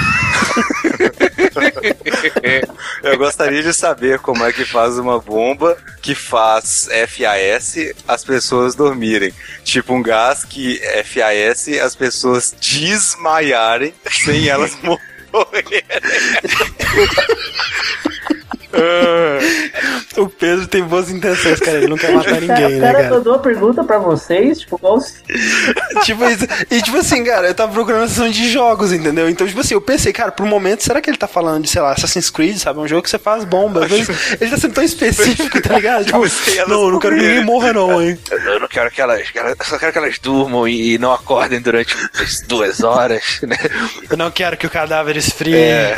Eu gostaria de saber como é que faz uma bomba que faz F A S as pessoas dormirem. Tipo um gás que F A S as pessoas desmaiarem sem elas morrerem. O Pedro tem boas intenções, cara. Ele não quer matar O ninguém, cara, né, o cara cara? mandou a pergunta pra vocês, tipo, qual se- Tipo isso. E tipo assim, cara, eu tava procurando uma sessão de jogos, entendeu? Então, tipo assim, eu pensei, cara, por um momento, será que ele tá falando de, sei lá, Assassin's Creed, sabe? Um jogo que você faz bomba. Às vezes, ele tá sendo tão específico, tá ligado? Tipo, sem elas não, eu não quero que ninguém morra, não, hein? Eu não quero que elas. Eu só quero que elas durmam e não acordem durante umas duas horas, né? Eu não quero que o cadáver esfrie. É.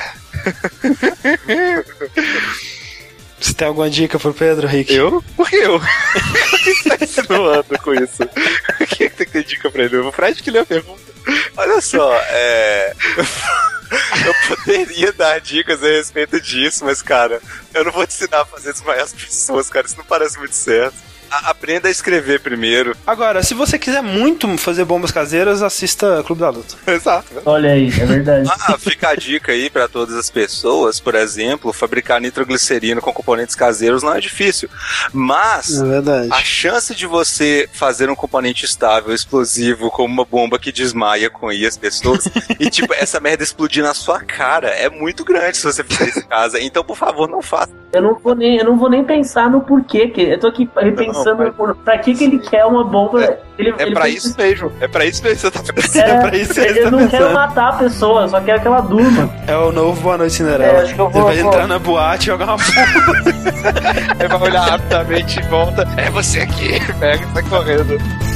Você tem alguma dica pro Pedro, Rick? Eu? Por que eu? Por que você tá insinuando com isso? O que é que tem que ter dica pra ele? O Fred que lê a pergunta. Olha só, é. Eu poderia dar dicas a respeito disso, mas, cara, eu não vou te ensinar a fazer desmaiar as pessoas, cara. Isso não parece muito certo. A- aprenda a escrever primeiro. Agora, se você quiser muito fazer bombas caseiras, assista Clube da Luta. Exato. Olha aí, é verdade. Ah, fica a dica aí pra todas as pessoas. Por exemplo, fabricar nitroglicerina com componentes caseiros não é difícil. Mas É verdade. a chance de você fazer um componente estável, explosivo, como uma bomba que desmaia com I as pessoas, e tipo, essa merda explodir na sua cara, é muito grande se você fizer isso em casa. Então, por favor, não faça. Eu não vou nem, eu não vou nem pensar no porquê. Que eu tô aqui repensando Não, mas- por, pra que, que ele quer uma bomba. Ele, É ele pra fez- isso mesmo. É pra isso mesmo que você tá pensando. É, É pra isso que ele eu tá não pensando. quero matar a pessoa, eu só quero que ela durma. É o novo Boa Noite Cinderela. É, acho que eu vou- Ele vai vou- entrar na boate e jogar uma bomba. Aí vai olhar rapidamente e volta. É você aqui. Pega e sai correndo.